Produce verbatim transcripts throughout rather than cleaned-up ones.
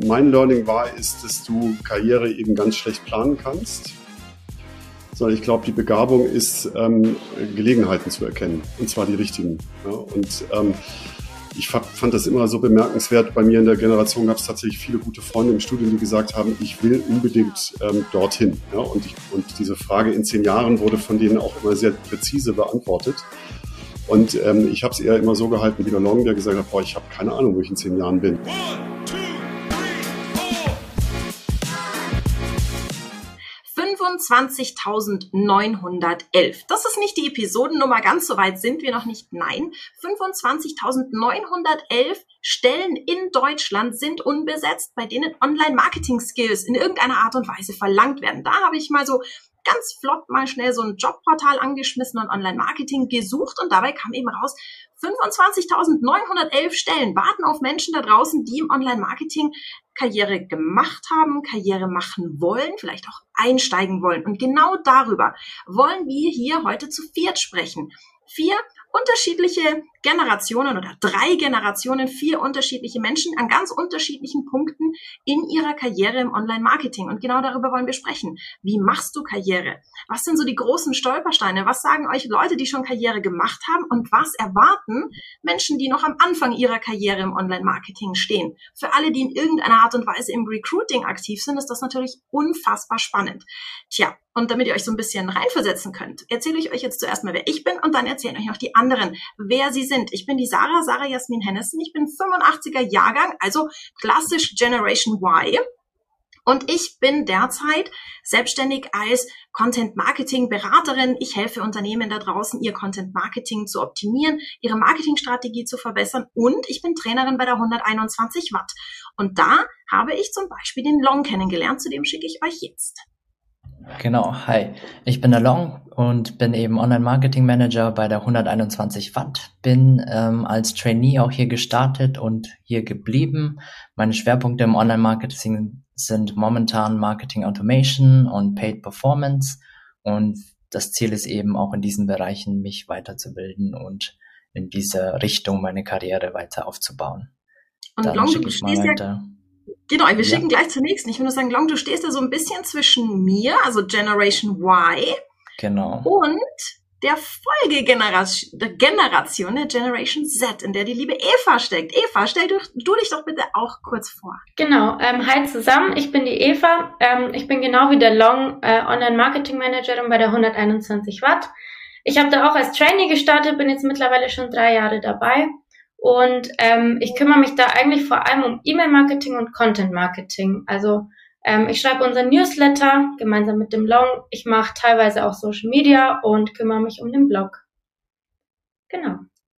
mein Learning war, ist, dass du Karriere eben ganz schlecht planen kannst. Sondern ich glaube, die Begabung ist, ähm, Gelegenheiten zu erkennen, und zwar die richtigen. Ja? Und ähm, ich fand das immer so bemerkenswert. Bei mir in der Generation gab es tatsächlich viele gute Freunde im Studium, die gesagt haben, ich will unbedingt ähm, dorthin. Ja? Und, ich, und diese Frage in zehn Jahren wurde von denen auch immer sehr präzise beantwortet. Und ähm, ich habe es eher immer so gehalten wie der Long, der gesagt hat, boah, ich habe keine Ahnung, wo ich in zehn Jahren bin. fünfundzwanzigtausendneunhundertelf. Das ist nicht die Episodennummer, ganz so weit sind wir noch nicht. Nein, fünfundzwanzigtausendneunhundertelf Stellen in Deutschland sind unbesetzt, bei denen Online-Marketing-Skills in irgendeiner Art und Weise verlangt werden. Da habe ich mal so ganz flott mal schnell so ein Jobportal angeschmissen und Online-Marketing gesucht und dabei kam eben raus, fünfundzwanzigtausendneunhundertelf Stellen warten auf Menschen da draußen, die im Online-Marketing Karriere gemacht haben, Karriere machen wollen, vielleicht auch einsteigen wollen. Und genau darüber wollen wir hier heute zu viert sprechen. Vier unterschiedliche Generationen oder drei Generationen, vier unterschiedliche Menschen an ganz unterschiedlichen Punkten in ihrer Karriere im Online-Marketing. Und genau darüber wollen wir sprechen. Wie machst du Karriere? Was sind so die großen Stolpersteine? Was sagen euch Leute, die schon Karriere gemacht haben? Und was erwarten Menschen, die noch am Anfang ihrer Karriere im Online-Marketing stehen? Für alle, die in irgendeiner Art und Weise im Recruiting aktiv sind, ist das natürlich unfassbar spannend. Tja, und damit ihr euch so ein bisschen reinversetzen könnt, erzähle ich euch jetzt zuerst mal, wer ich bin und dann erzählen euch noch die anderen, wer sie sind. Ich bin die Sarah, Sarah Jasmin Hennessen. Ich bin fünfundachtziger Jahrgang, also klassisch Generation Y. Und ich bin derzeit selbstständig als Content-Marketing-Beraterin. Ich helfe Unternehmen da draußen, ihr Content-Marketing zu optimieren, ihre Marketingstrategie zu verbessern. Und ich bin Trainerin bei der hunderteinundzwanzig Watt. Und da habe ich zum Beispiel den Long kennengelernt, zu dem schicke ich euch jetzt. Genau, hi, ich bin der Long und bin eben Online-Marketing-Manager bei der hunderteinundzwanzig Watt, bin ähm, als Trainee auch hier gestartet und hier geblieben. Meine Schwerpunkte im Online-Marketing sind momentan Marketing Automation und Paid Performance und das Ziel ist eben auch in diesen Bereichen mich weiterzubilden und in diese Richtung meine Karriere weiter aufzubauen. Und Dann Long, schicke du ich mal stehst weiter. Ja Genau, wir Ja. schicken gleich zur nächsten. Ich würde sagen, Long, du stehst da so ein bisschen zwischen mir, also Generation Y, Genau. und der Folgegeneration, der Generation, der Generation Z, in der die liebe Eva steckt. Eva, stell du, du dich doch bitte auch kurz vor. Genau, ähm, hi zusammen, ich bin die Eva. Ähm, ich bin genau wie der Long äh, Online-Marketing-Managerin bei der hunderteinundzwanzig Watt. Ich habe da auch als Trainee gestartet, bin jetzt mittlerweile schon drei Jahre dabei. Und ähm, ich kümmere mich da eigentlich vor allem um E-Mail-Marketing und Content-Marketing. Also ähm, ich schreibe unseren Newsletter gemeinsam mit dem Long. Ich mache teilweise auch Social Media und kümmere mich um den Blog. Genau.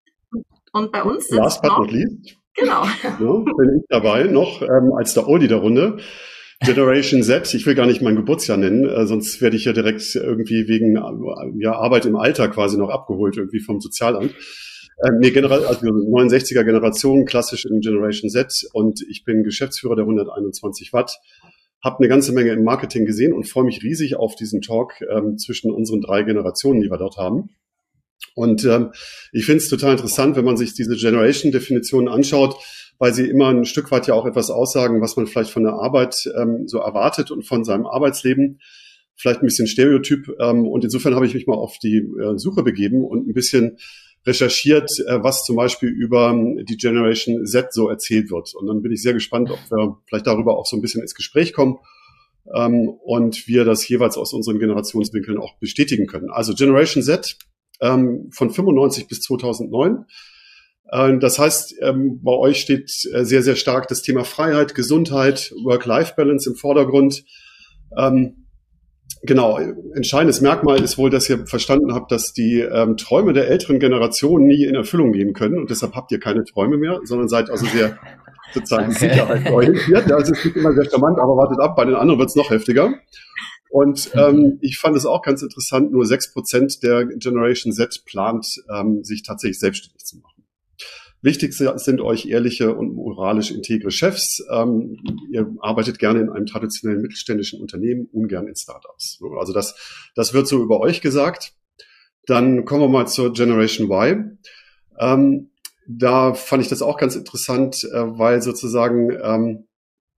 Und bei uns sitzt Last but noch, not least, genau. ja, bin ich dabei noch ähm, als der Oldie der Runde. Generation Z, ich will gar nicht mein Geburtsjahr nennen, äh, sonst werde ich ja direkt irgendwie wegen äh, ja, Arbeit im Alter quasi noch abgeholt, irgendwie vom Sozialamt. Ähm, nee, generell, also neunundsechziger Generation, klassisch in Generation Z und ich bin Geschäftsführer der hunderteinundzwanzig Watt, habe eine ganze Menge im Marketing gesehen und freue mich riesig auf diesen Talk ähm, zwischen unseren drei Generationen, die wir dort haben. Und ähm, ich finde es total interessant, wenn man sich diese Generation-Definitionen anschaut, weil sie immer ein Stück weit ja auch etwas aussagen, was man vielleicht von der Arbeit ähm, so erwartet und von seinem Arbeitsleben. Vielleicht ein bisschen Stereotyp. Ähm, und insofern habe ich mich mal auf die äh, Suche begeben und ein bisschen recherchiert, äh, was zum Beispiel über die Generation Z so erzählt wird. Und dann bin ich sehr gespannt, ob wir vielleicht darüber auch so ein bisschen ins Gespräch kommen ähm, und wir das jeweils aus unseren Generationswinkeln auch bestätigen können. Also Generation Z ähm, von fünfundneunzig bis zweitausendneun. Äh, das heißt, ähm, bei euch steht äh, sehr, sehr stark das Thema Freiheit, Gesundheit, Work-Life-Balance im Vordergrund. Ähm, Genau, entscheidendes Merkmal ist wohl, dass ihr verstanden habt, dass die ähm, Träume der älteren Generation nie in Erfüllung gehen können und deshalb habt ihr keine Träume mehr, sondern seid also sehr sozusagen Okay. sicherheitsorientiert. Ja, es ist nicht immer sehr charmant, aber wartet ab, bei den anderen wird es noch heftiger. Und ähm, ich fand es auch ganz interessant, nur sechs Prozent der Generation Z plant, ähm, sich tatsächlich selbstständig zu machen. Wichtig sind euch ehrliche und moralisch integre Chefs. Ähm, ihr arbeitet gerne in einem traditionellen mittelständischen Unternehmen, ungern in Startups. Also das, das wird so über euch gesagt. Dann kommen wir mal zur Generation Y. Ähm, da fand ich das auch ganz interessant, äh, weil sozusagen ähm,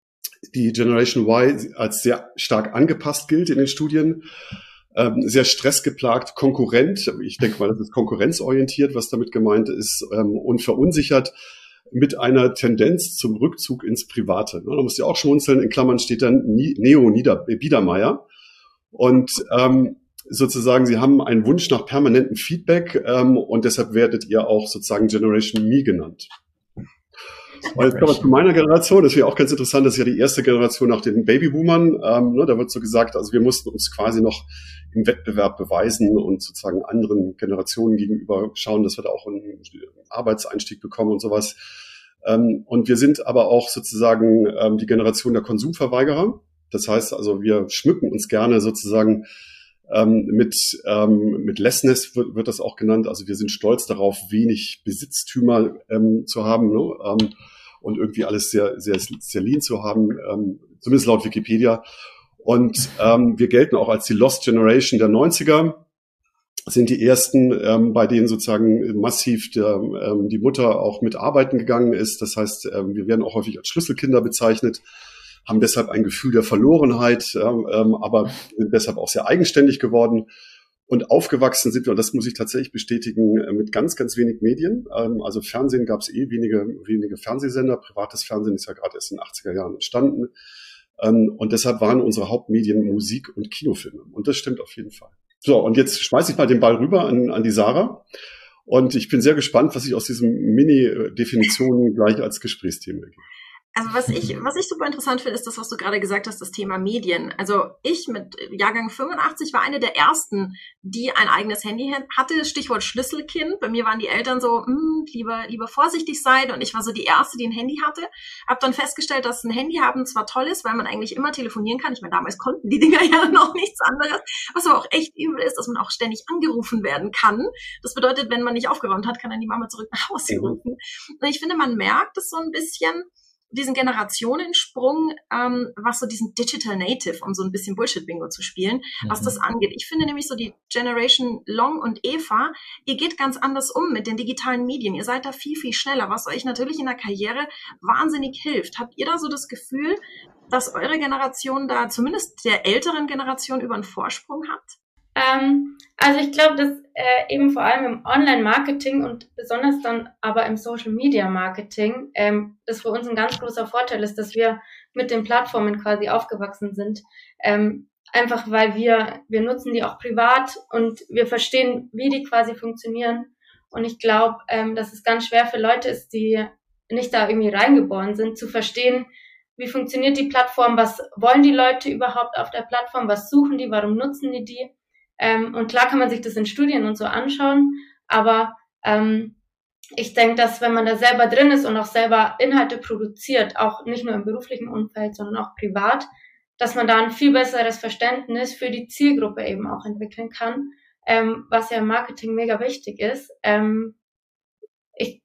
die Generation Y als sehr stark angepasst gilt in den Studien, ähm, sehr stressgeplagt, konkurrent, ich denke mal, das ist konkurrenzorientiert, was damit gemeint ist, ähm, und verunsichert mit einer Tendenz zum Rückzug ins Private. Da musst du ja auch schmunzeln, in Klammern steht dann Neo Biedermeier. Und ähm, sozusagen, sie haben einen Wunsch nach permanentem Feedback ähm, und deshalb werdet ihr auch sozusagen Generation Me genannt. Und jetzt kommen wir zu meiner Generation, das wäre auch ganz interessant, das ist ja die erste Generation nach den Babyboomern. Ähm, ne, da wird so gesagt, also wir mussten uns quasi noch im Wettbewerb beweisen und sozusagen anderen Generationen gegenüber schauen, dass wir da auch einen Arbeitseinstieg bekommen und sowas. Ähm, und wir sind aber auch sozusagen ähm, die Generation der Konsumverweigerer. Das heißt also, wir schmücken uns gerne sozusagen ähm, mit ähm, mit Lessness wird, wird das auch genannt. Also wir sind stolz darauf, wenig Besitztümer ähm, zu haben, ne? ähm, und irgendwie alles sehr sehr sehr lean zu haben, ähm, zumindest laut Wikipedia. Und ähm, wir gelten auch als die Lost Generation der neunziger, sind die ersten, ähm, bei denen sozusagen massiv der, ähm, die Mutter auch mit arbeiten gegangen ist. Das heißt, ähm, wir werden auch häufig als Schlüsselkinder bezeichnet, haben deshalb ein Gefühl der Verlorenheit, ähm, aber sind deshalb auch sehr eigenständig geworden. Und aufgewachsen sind wir, und das muss ich tatsächlich bestätigen, mit ganz, ganz wenig Medien. Ähm, also Fernsehen gab es eh wenige, wenige Fernsehsender. Privates Fernsehen ist ja gerade erst in den achtziger Jahren entstanden. Ähm, und deshalb waren unsere Hauptmedien Musik und Kinofilme. Und das stimmt auf jeden Fall. So, und jetzt schmeiße ich mal den Ball rüber an, an die Sarah. Und ich bin sehr gespannt, was sich aus diesen Mini-Definitionen gleich als Gesprächsthema ergibt. Also was ich, was ich super interessant finde, ist das, was du gerade gesagt hast, das Thema Medien. Also ich mit Jahrgang fünfundachtzig war eine der ersten, die ein eigenes Handy hatte. Stichwort Schlüsselkind. Bei mir waren die Eltern so, hm, lieber, lieber vorsichtig sein. Und ich war so die erste, die ein Handy hatte. Hab dann festgestellt, dass ein Handy haben zwar toll ist, weil man eigentlich immer telefonieren kann. Ich meine, damals konnten die Dinger ja noch nichts anderes. Was aber auch echt übel ist, dass man auch ständig angerufen werden kann. Das bedeutet, wenn man nicht aufgeräumt hat, kann dann die Mama zurück nach Hause rufen. Und ich finde, man merkt es so ein bisschen, diesen Generationensprung, ähm, was so diesen Digital Native, um so ein bisschen Bullshit-Bingo zu spielen, mhm. was das angeht. Ich finde nämlich so die Generation Long und Eva, ihr geht ganz anders um mit den digitalen Medien. Ihr seid da viel, viel schneller, was euch natürlich in der Karriere wahnsinnig hilft. Habt ihr da so das Gefühl, dass eure Generation da zumindest der älteren Generation über einen Vorsprung hat? Ähm, also ich glaube, dass äh, eben vor allem im Online-Marketing und besonders dann aber im Social-Media-Marketing ähm, das für uns ein ganz großer Vorteil ist, dass wir mit den Plattformen quasi aufgewachsen sind. Ähm, einfach weil wir, wir nutzen die auch privat und wir verstehen, wie die quasi funktionieren. Und ich glaube, ähm, dass es ganz schwer für Leute ist, die nicht da irgendwie reingeboren sind, zu verstehen, wie funktioniert die Plattform, was wollen die Leute überhaupt auf der Plattform, was suchen die, warum nutzen die die. Ähm, und klar kann man sich das in Studien und so anschauen, aber ähm, ich denke, dass wenn man da selber drin ist und auch selber Inhalte produziert, auch nicht nur im beruflichen Umfeld, sondern auch privat, dass man da ein viel besseres Verständnis für die Zielgruppe eben auch entwickeln kann, ähm, was ja im Marketing mega wichtig ist. Ähm, ich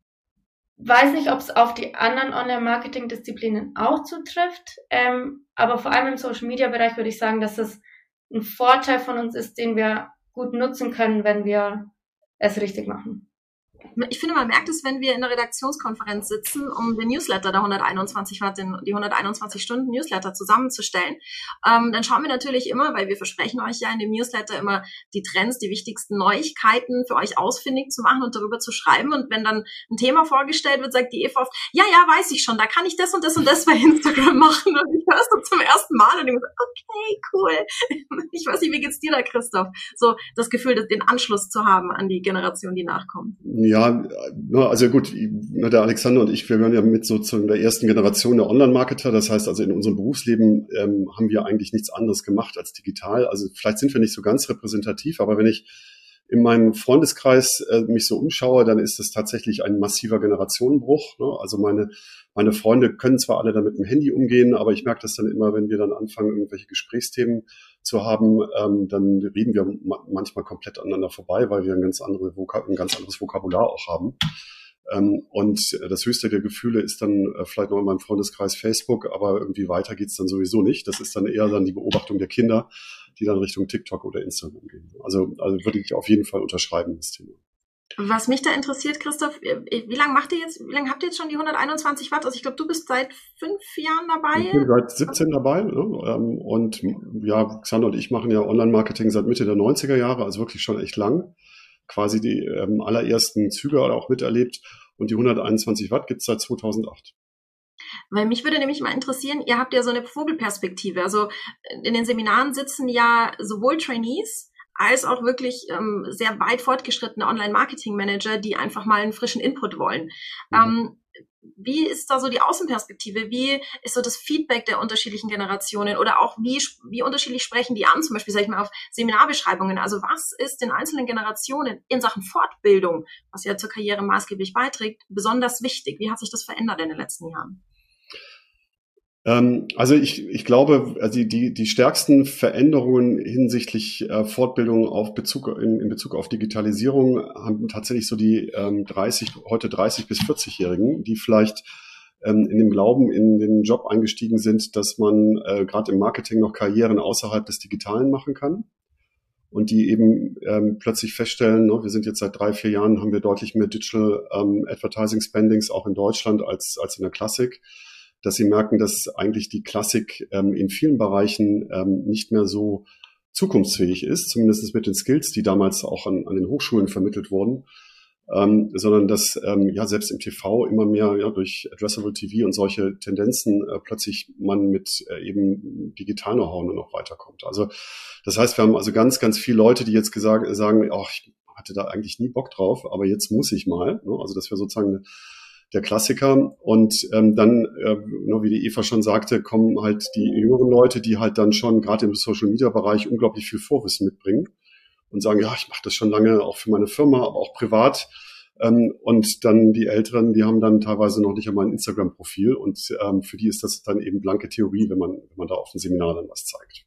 weiß nicht, ob es auf die anderen Online-Marketing-Disziplinen auch zutrifft, ähm, aber vor allem im Social-Media-Bereich würde ich sagen, dass es ein Vorteil von uns ist, den wir gut nutzen können, wenn wir es richtig machen. Ich finde, man merkt es, wenn wir in der Redaktionskonferenz sitzen, um den Newsletter der hunderteinundzwanzig, den, die hunderteinundzwanzig Stunden Newsletter zusammenzustellen. Ähm, dann schauen wir natürlich immer, weil wir versprechen euch ja in dem Newsletter immer die Trends, die wichtigsten Neuigkeiten für euch ausfindig zu machen und darüber zu schreiben. Und wenn dann ein Thema vorgestellt wird, sagt die Eva oft, ja, ja, weiß ich schon, da kann ich das und das und das bei Instagram machen. Und ich höre es dann zum ersten Mal und ich so, okay, cool. Ich weiß nicht, wie geht's dir da, Christoph? So das Gefühl, den Anschluss zu haben an die Generation, die nachkommt. Ja, also gut, der Alexander und ich, wir gehören ja mit sozusagen der ersten Generation der Online-Marketer. Das heißt also, in unserem Berufsleben ähm, haben wir eigentlich nichts anderes gemacht als digital. Also vielleicht sind wir nicht so ganz repräsentativ, aber wenn ich in meinem Freundeskreis äh, mich so umschaue, dann ist es tatsächlich ein massiver Generationenbruch. Ne? Also meine meine Freunde können zwar alle damit mit dem Handy umgehen, aber ich merke das dann immer, wenn wir dann anfangen, irgendwelche Gesprächsthemen zu haben, ähm, dann reden wir ma- manchmal komplett aneinander vorbei, weil wir ein ganz, andere Vokab- ein ganz anderes Vokabular auch haben. Ähm, und das höchste der Gefühle ist dann äh, vielleicht noch in meinem Freundeskreis Facebook, aber irgendwie weiter geht's dann sowieso nicht. Das ist dann eher dann die Beobachtung der Kinder, die dann Richtung TikTok oder Instagram gehen. Also, also würde ich auf jeden Fall unterschreiben, das Thema. Was mich da interessiert, Christoph, wie lange macht ihr jetzt, wie lange habt ihr jetzt schon die hunderteinundzwanzig Watt? Also ich glaube, du bist seit fünf Jahren dabei. Ich bin seit siebzehn dabei, ne? Und ja, Xander und ich machen ja Online-Marketing seit Mitte der neunziger Jahre, also wirklich schon echt lang. Quasi die ähm, allerersten Züge auch miterlebt. Und die hunderteinundzwanzig Watt gibt's seit zweitausendacht. Weil mich würde nämlich mal interessieren, ihr habt ja so eine Vogelperspektive. Also in den Seminaren sitzen ja sowohl Trainees als auch wirklich ähm, sehr weit fortgeschrittene Online-Marketing-Manager, die einfach mal einen frischen Input wollen. Mhm. Ähm, wie ist da so die Außenperspektive? Wie ist so das Feedback der unterschiedlichen Generationen? Oder auch wie, wie unterschiedlich sprechen die an? Zum Beispiel, sage ich mal, auf Seminarbeschreibungen. Also was ist den einzelnen Generationen in Sachen Fortbildung, was ja zur Karriere maßgeblich beiträgt, besonders wichtig? Wie hat sich das verändert in den letzten Jahren? Also ich, ich glaube, also die, die stärksten Veränderungen hinsichtlich äh, Fortbildung auf Bezug, in, in Bezug auf Digitalisierung haben tatsächlich so die ähm, dreißig, heute dreißig- bis vierzig-Jährigen, die vielleicht ähm, in dem Glauben in den Job eingestiegen sind, dass man äh, gerade im Marketing noch Karrieren außerhalb des Digitalen machen kann. Und die eben ähm, plötzlich feststellen, ne, wir sind jetzt seit drei, vier Jahren, haben wir deutlich mehr Digital ähm, Advertising Spendings auch in Deutschland als, als in der Klassik, dass sie merken, dass eigentlich die Klassik ähm, in vielen Bereichen ähm, nicht mehr so zukunftsfähig ist, zumindest mit den Skills, die damals auch an, an den Hochschulen vermittelt wurden, ähm, sondern dass ähm, ja selbst im T V immer mehr ja durch Addressable T V und solche Tendenzen äh, plötzlich man mit äh, eben digital Know-how nur noch weiterkommt. Also das heißt, wir haben also ganz, ganz viele Leute, die jetzt gesagt, sagen, ach, ich hatte da eigentlich nie Bock drauf, aber jetzt muss ich mal. Ne? Also das wäre sozusagen eine der Klassiker. Und ähm, dann, äh, wie die Eva schon sagte, kommen halt die jüngeren Leute, die halt dann schon gerade im Social-Media-Bereich unglaublich viel Vorwissen mitbringen und sagen, ja, ich mache das schon lange, auch für meine Firma, aber auch privat. Ähm, und dann die Älteren, die haben dann teilweise noch nicht einmal ein Instagram-Profil und ähm, für die ist das dann eben blanke Theorie, wenn man, wenn man da auf dem Seminar dann was zeigt.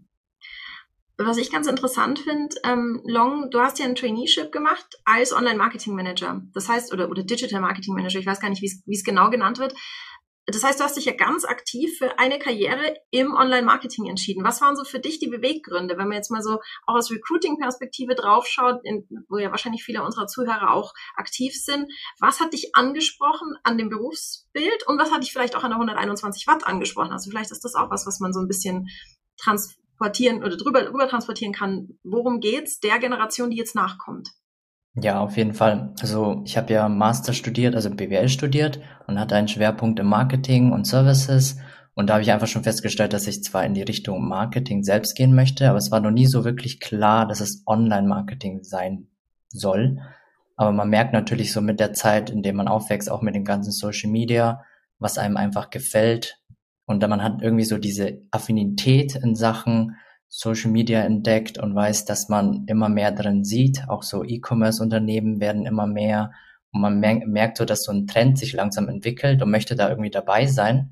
Was ich ganz interessant finde, ähm, Long, du hast ja ein Traineeship gemacht als Online-Marketing-Manager. Das heißt, oder, oder Digital-Marketing-Manager, ich weiß gar nicht, wie es genau genannt wird. Das heißt, du hast dich ja ganz aktiv für eine Karriere im Online-Marketing entschieden. Was waren so für dich die Beweggründe, wenn man jetzt mal so auch aus Recruiting-Perspektive draufschaut, in, wo ja wahrscheinlich viele unserer Zuhörer auch aktiv sind? Was hat dich angesprochen an dem Berufsbild und was hat dich vielleicht auch an der hunderteinundzwanzig Watt angesprochen? Also vielleicht ist das auch was, was man so ein bisschen trans transportieren oder drüber, drüber transportieren kann. Worum geht's der Generation, die jetzt nachkommt? Ja, auf jeden Fall. Also ich habe ja Master studiert, also B W L studiert und hatte einen Schwerpunkt im Marketing und Services. Und da habe ich einfach schon festgestellt, dass ich zwar in die Richtung Marketing selbst gehen möchte, aber es war noch nie so wirklich klar, dass es Online-Marketing sein soll. Aber man merkt natürlich so mit der Zeit, in der man aufwächst, auch mit den ganzen Social Media, was einem einfach gefällt. Und dann man hat irgendwie so diese Affinität in Sachen Social Media entdeckt und weiß, dass man immer mehr drin sieht. Auch so E-Commerce-Unternehmen werden immer mehr. Und man mer- merkt so, dass so ein Trend sich langsam entwickelt und möchte da irgendwie dabei sein.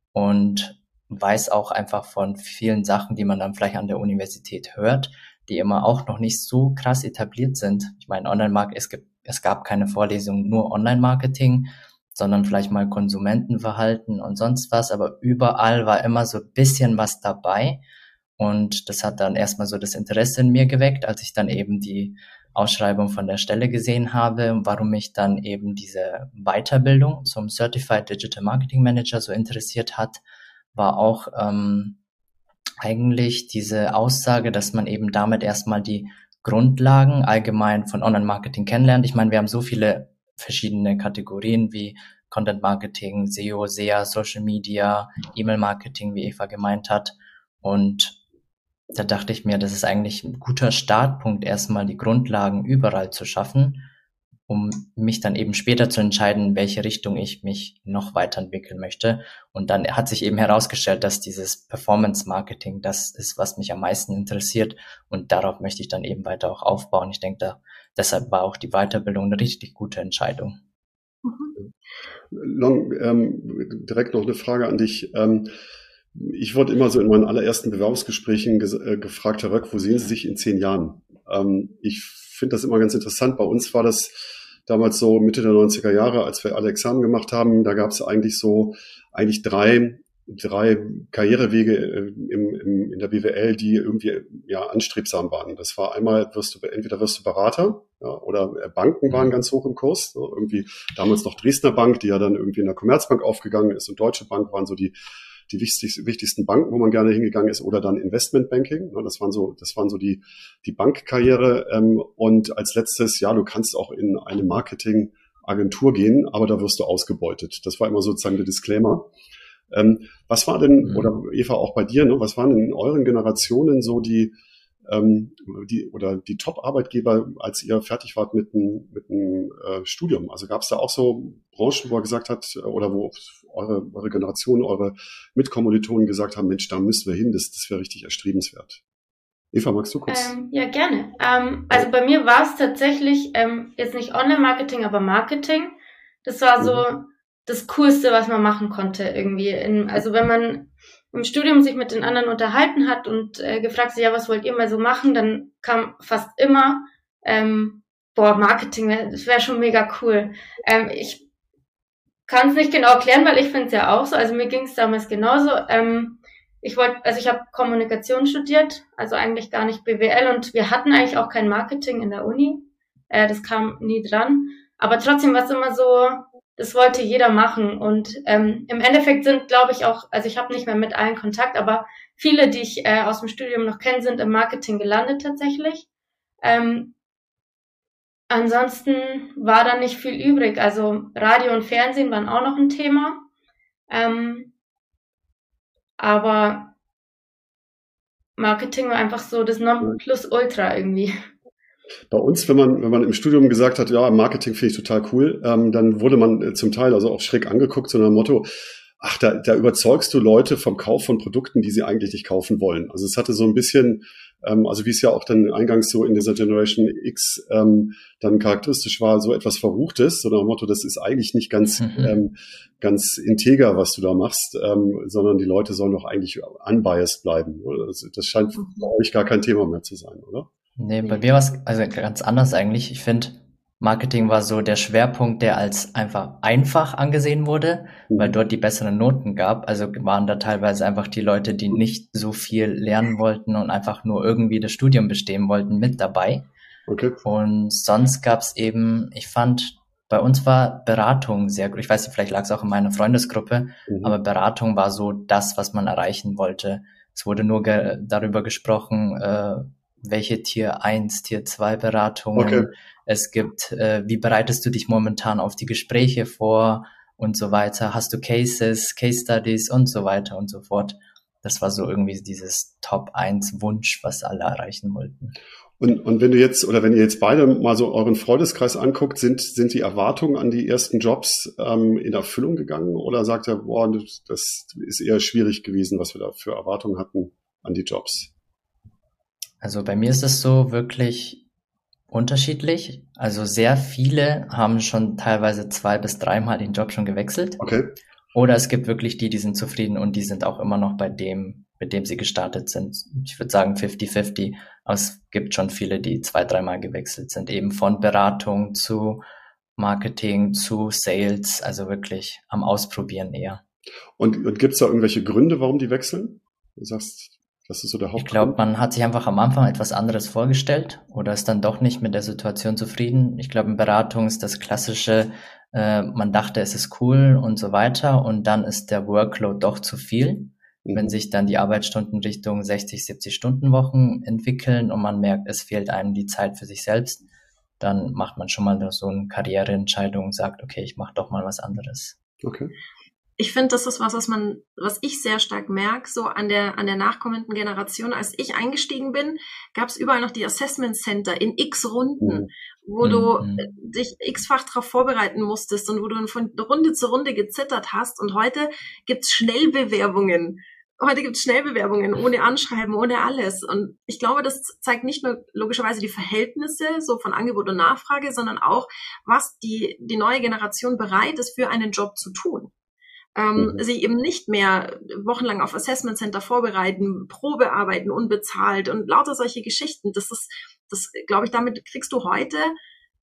Und weiß auch einfach von vielen Sachen, die man dann vielleicht an der Universität hört, die immer auch noch nicht so krass etabliert sind. Ich meine, Online-Marketing, es gibt, es gab keine Vorlesung nur Online-Marketing, sondern vielleicht mal Konsumentenverhalten und sonst was, aber überall war immer so ein bisschen was dabei und das hat dann erstmal so das Interesse in mir geweckt, als ich dann eben die Ausschreibung von der Stelle gesehen habe, warum mich dann eben diese Weiterbildung zum Certified Digital Marketing Manager so interessiert hat, war auch ähm, eigentlich diese Aussage, dass man eben damit erstmal die Grundlagen allgemein von Online-Marketing kennenlernt. Ich meine, wir haben so viele verschiedene Kategorien wie Content Marketing, S E O, S E A, Social Media, E-Mail Marketing, wie Eva gemeint hat. Und da dachte ich mir, das ist eigentlich ein guter Startpunkt, erstmal die Grundlagen überall zu schaffen, um mich dann eben später zu entscheiden, in welche Richtung ich mich noch weiterentwickeln möchte. Und dann hat sich eben herausgestellt, dass dieses Performance Marketing das ist, was mich am meisten interessiert. Und darauf möchte ich dann eben weiter auch aufbauen. Ich denke, da deshalb war auch die Weiterbildung eine richtig gute Entscheidung. Mhm. Long, ähm, direkt noch eine Frage an dich. Ähm, ich wurde immer so in meinen allerersten Bewerbungsgesprächen ges- äh, gefragt, Herr Röck, wo sehen Sie sich in zehn Jahren? Ähm, ich finde das immer ganz interessant. Bei uns war das damals so Mitte der neunziger Jahre, als wir alle Examen gemacht haben. Da gab es eigentlich so eigentlich drei drei Karrierewege im, im, in der B W L, die irgendwie ja anstrebsam waren. Das war einmal, wirst du entweder wirst du Berater, ja, oder Banken waren ganz hoch im Kurs. So irgendwie damals noch Dresdner Bank, die ja dann irgendwie in der Commerzbank aufgegangen ist, und Deutsche Bank waren so die die wichtigsten, wichtigsten Banken, wo man gerne hingegangen ist, oder dann Investmentbanking. Das waren so, das waren so die die Bankkarriere. Und als letztes, ja, du kannst auch in eine Marketingagentur gehen, aber da wirst du ausgebeutet. Das war immer sozusagen der Disclaimer. Ähm, was war denn, mhm. oder Eva, auch bei dir, ne, was waren denn in euren Generationen so die, ähm, die oder die Top-Arbeitgeber, als ihr fertig wart mit einem mit einem äh, Studium? Also gab es da auch so Branchen, wo er gesagt hat, oder wo eure, eure Generation, eure Mitkommilitonen gesagt haben, Mensch, da müssen wir hin, das, das wäre richtig erstrebenswert. Eva, magst du kurz? Ähm, ja, gerne. Ähm, also bei mir war es tatsächlich ähm, jetzt nicht Online-Marketing, aber Marketing. Das war so mhm. das Coolste, was man machen konnte irgendwie. In, also wenn man im Studium sich mit den anderen unterhalten hat und äh, gefragt sich, ja, was wollt ihr mal so machen, dann kam fast immer, ähm, boah, Marketing, das wäre schon mega cool. Ähm, ich kann es nicht genau erklären, weil ich finde es ja auch so. Also mir ging es damals genauso. Ähm, ich wollte, also ich habe Kommunikation studiert, also eigentlich gar nicht B W L, und wir hatten eigentlich auch kein Marketing in der Uni. Äh, das kam nie dran. Aber trotzdem war es immer so, das wollte jeder machen. Und ähm, im Endeffekt sind, glaube ich, auch, also ich habe nicht mehr mit allen Kontakt, aber viele, die ich äh, aus dem Studium noch kenne, sind im Marketing gelandet tatsächlich. Ähm, ansonsten war da nicht viel übrig. Also Radio und Fernsehen waren auch noch ein Thema. Ähm, aber Marketing war einfach so das Nonplusultra irgendwie. Bei uns, wenn man, wenn man im Studium gesagt hat, ja, Marketing finde ich total cool, ähm, dann wurde man zum Teil also auch schräg angeguckt, so nach dem Motto, ach, da, da überzeugst du Leute vom Kauf von Produkten, die sie eigentlich nicht kaufen wollen. Also es hatte so ein bisschen, ähm, also wie es ja auch dann eingangs so in dieser Generation X ähm, dann charakteristisch war, so etwas Verruchtes, so nach dem Motto, das ist eigentlich nicht ganz, mhm. ähm, ganz integer, was du da machst, ähm, sondern die Leute sollen doch eigentlich unbiased bleiben. Das, das scheint bei euch gar kein Thema mehr zu sein, oder? Nee, bei mir war es also ganz anders eigentlich. Ich finde, Marketing war so der Schwerpunkt, der als einfach einfach angesehen wurde, mhm. weil dort die besseren Noten gab. Also waren da teilweise einfach die Leute, die nicht so viel lernen wollten und einfach nur irgendwie das Studium bestehen wollten, mit dabei. Okay. Und sonst gab es eben, ich fand, bei uns war Beratung sehr gut. Ich weiß nicht, vielleicht lag es auch in meiner Freundesgruppe, mhm. aber Beratung war so das, was man erreichen wollte. Es wurde nur ge- darüber gesprochen, äh, welche Tier eins, Tier zwei Beratungen okay. es gibt, äh, wie bereitest du dich momentan auf die Gespräche vor und so weiter, hast du Cases, Case Studies und so weiter und so fort. Das war so irgendwie dieses Top eins Wunsch, was alle erreichen wollten. Und, und wenn du jetzt, oder wenn ihr jetzt beide mal so euren Freundeskreis anguckt, sind, sind die Erwartungen an die ersten Jobs ähm, in Erfüllung gegangen, oder sagt ihr, boah, das ist eher schwierig gewesen, was wir da für Erwartungen hatten an die Jobs? Also bei mir ist es so wirklich unterschiedlich. Also sehr viele haben schon teilweise zwei bis dreimal den Job schon gewechselt. Okay. Oder es gibt wirklich die, die sind zufrieden und die sind auch immer noch bei dem, mit dem sie gestartet sind. Ich würde sagen fifty fifty. Aber es gibt schon viele, die zwei, dreimal gewechselt sind. Eben von Beratung zu Marketing zu Sales. Also wirklich am Ausprobieren eher. Und, und gibt es da irgendwelche Gründe, warum die wechseln? Du sagst... Das ist so der Hauptgrund. Ich glaube, man hat sich einfach am Anfang etwas anderes vorgestellt oder ist dann doch nicht mit der Situation zufrieden. Ich glaube, in Beratung ist das klassische, äh, man dachte, es ist cool und so weiter, und dann ist der Workload doch zu viel. Mhm. Wenn sich dann die Arbeitsstunden Richtung sechzig, siebzig Stunden Wochen entwickeln und man merkt, es fehlt einem die Zeit für sich selbst, dann macht man schon mal so eine Karriereentscheidung und sagt, okay, ich mache doch mal was anderes. Okay. Ich finde, das ist was, was man, was ich sehr stark merke, so an der, an der nachkommenden Generation. Als ich eingestiegen bin, gab es überall noch die Assessment Center in x Runden, mhm. wo mhm. du dich x-fach darauf vorbereiten musstest und wo du von Runde zu Runde gezittert hast. Und heute gibt's Schnellbewerbungen. Heute gibt's Schnellbewerbungen ohne Anschreiben, ohne alles. Und ich glaube, das zeigt nicht nur logischerweise die Verhältnisse so von Angebot und Nachfrage, sondern auch, was die, die neue Generation bereit ist, für einen Job zu tun. Ähm, mhm. sich eben nicht mehr wochenlang auf Assessment Center vorbereiten, Probe arbeiten, unbezahlt und lauter solche Geschichten. Das ist, das glaube ich, damit kriegst du heute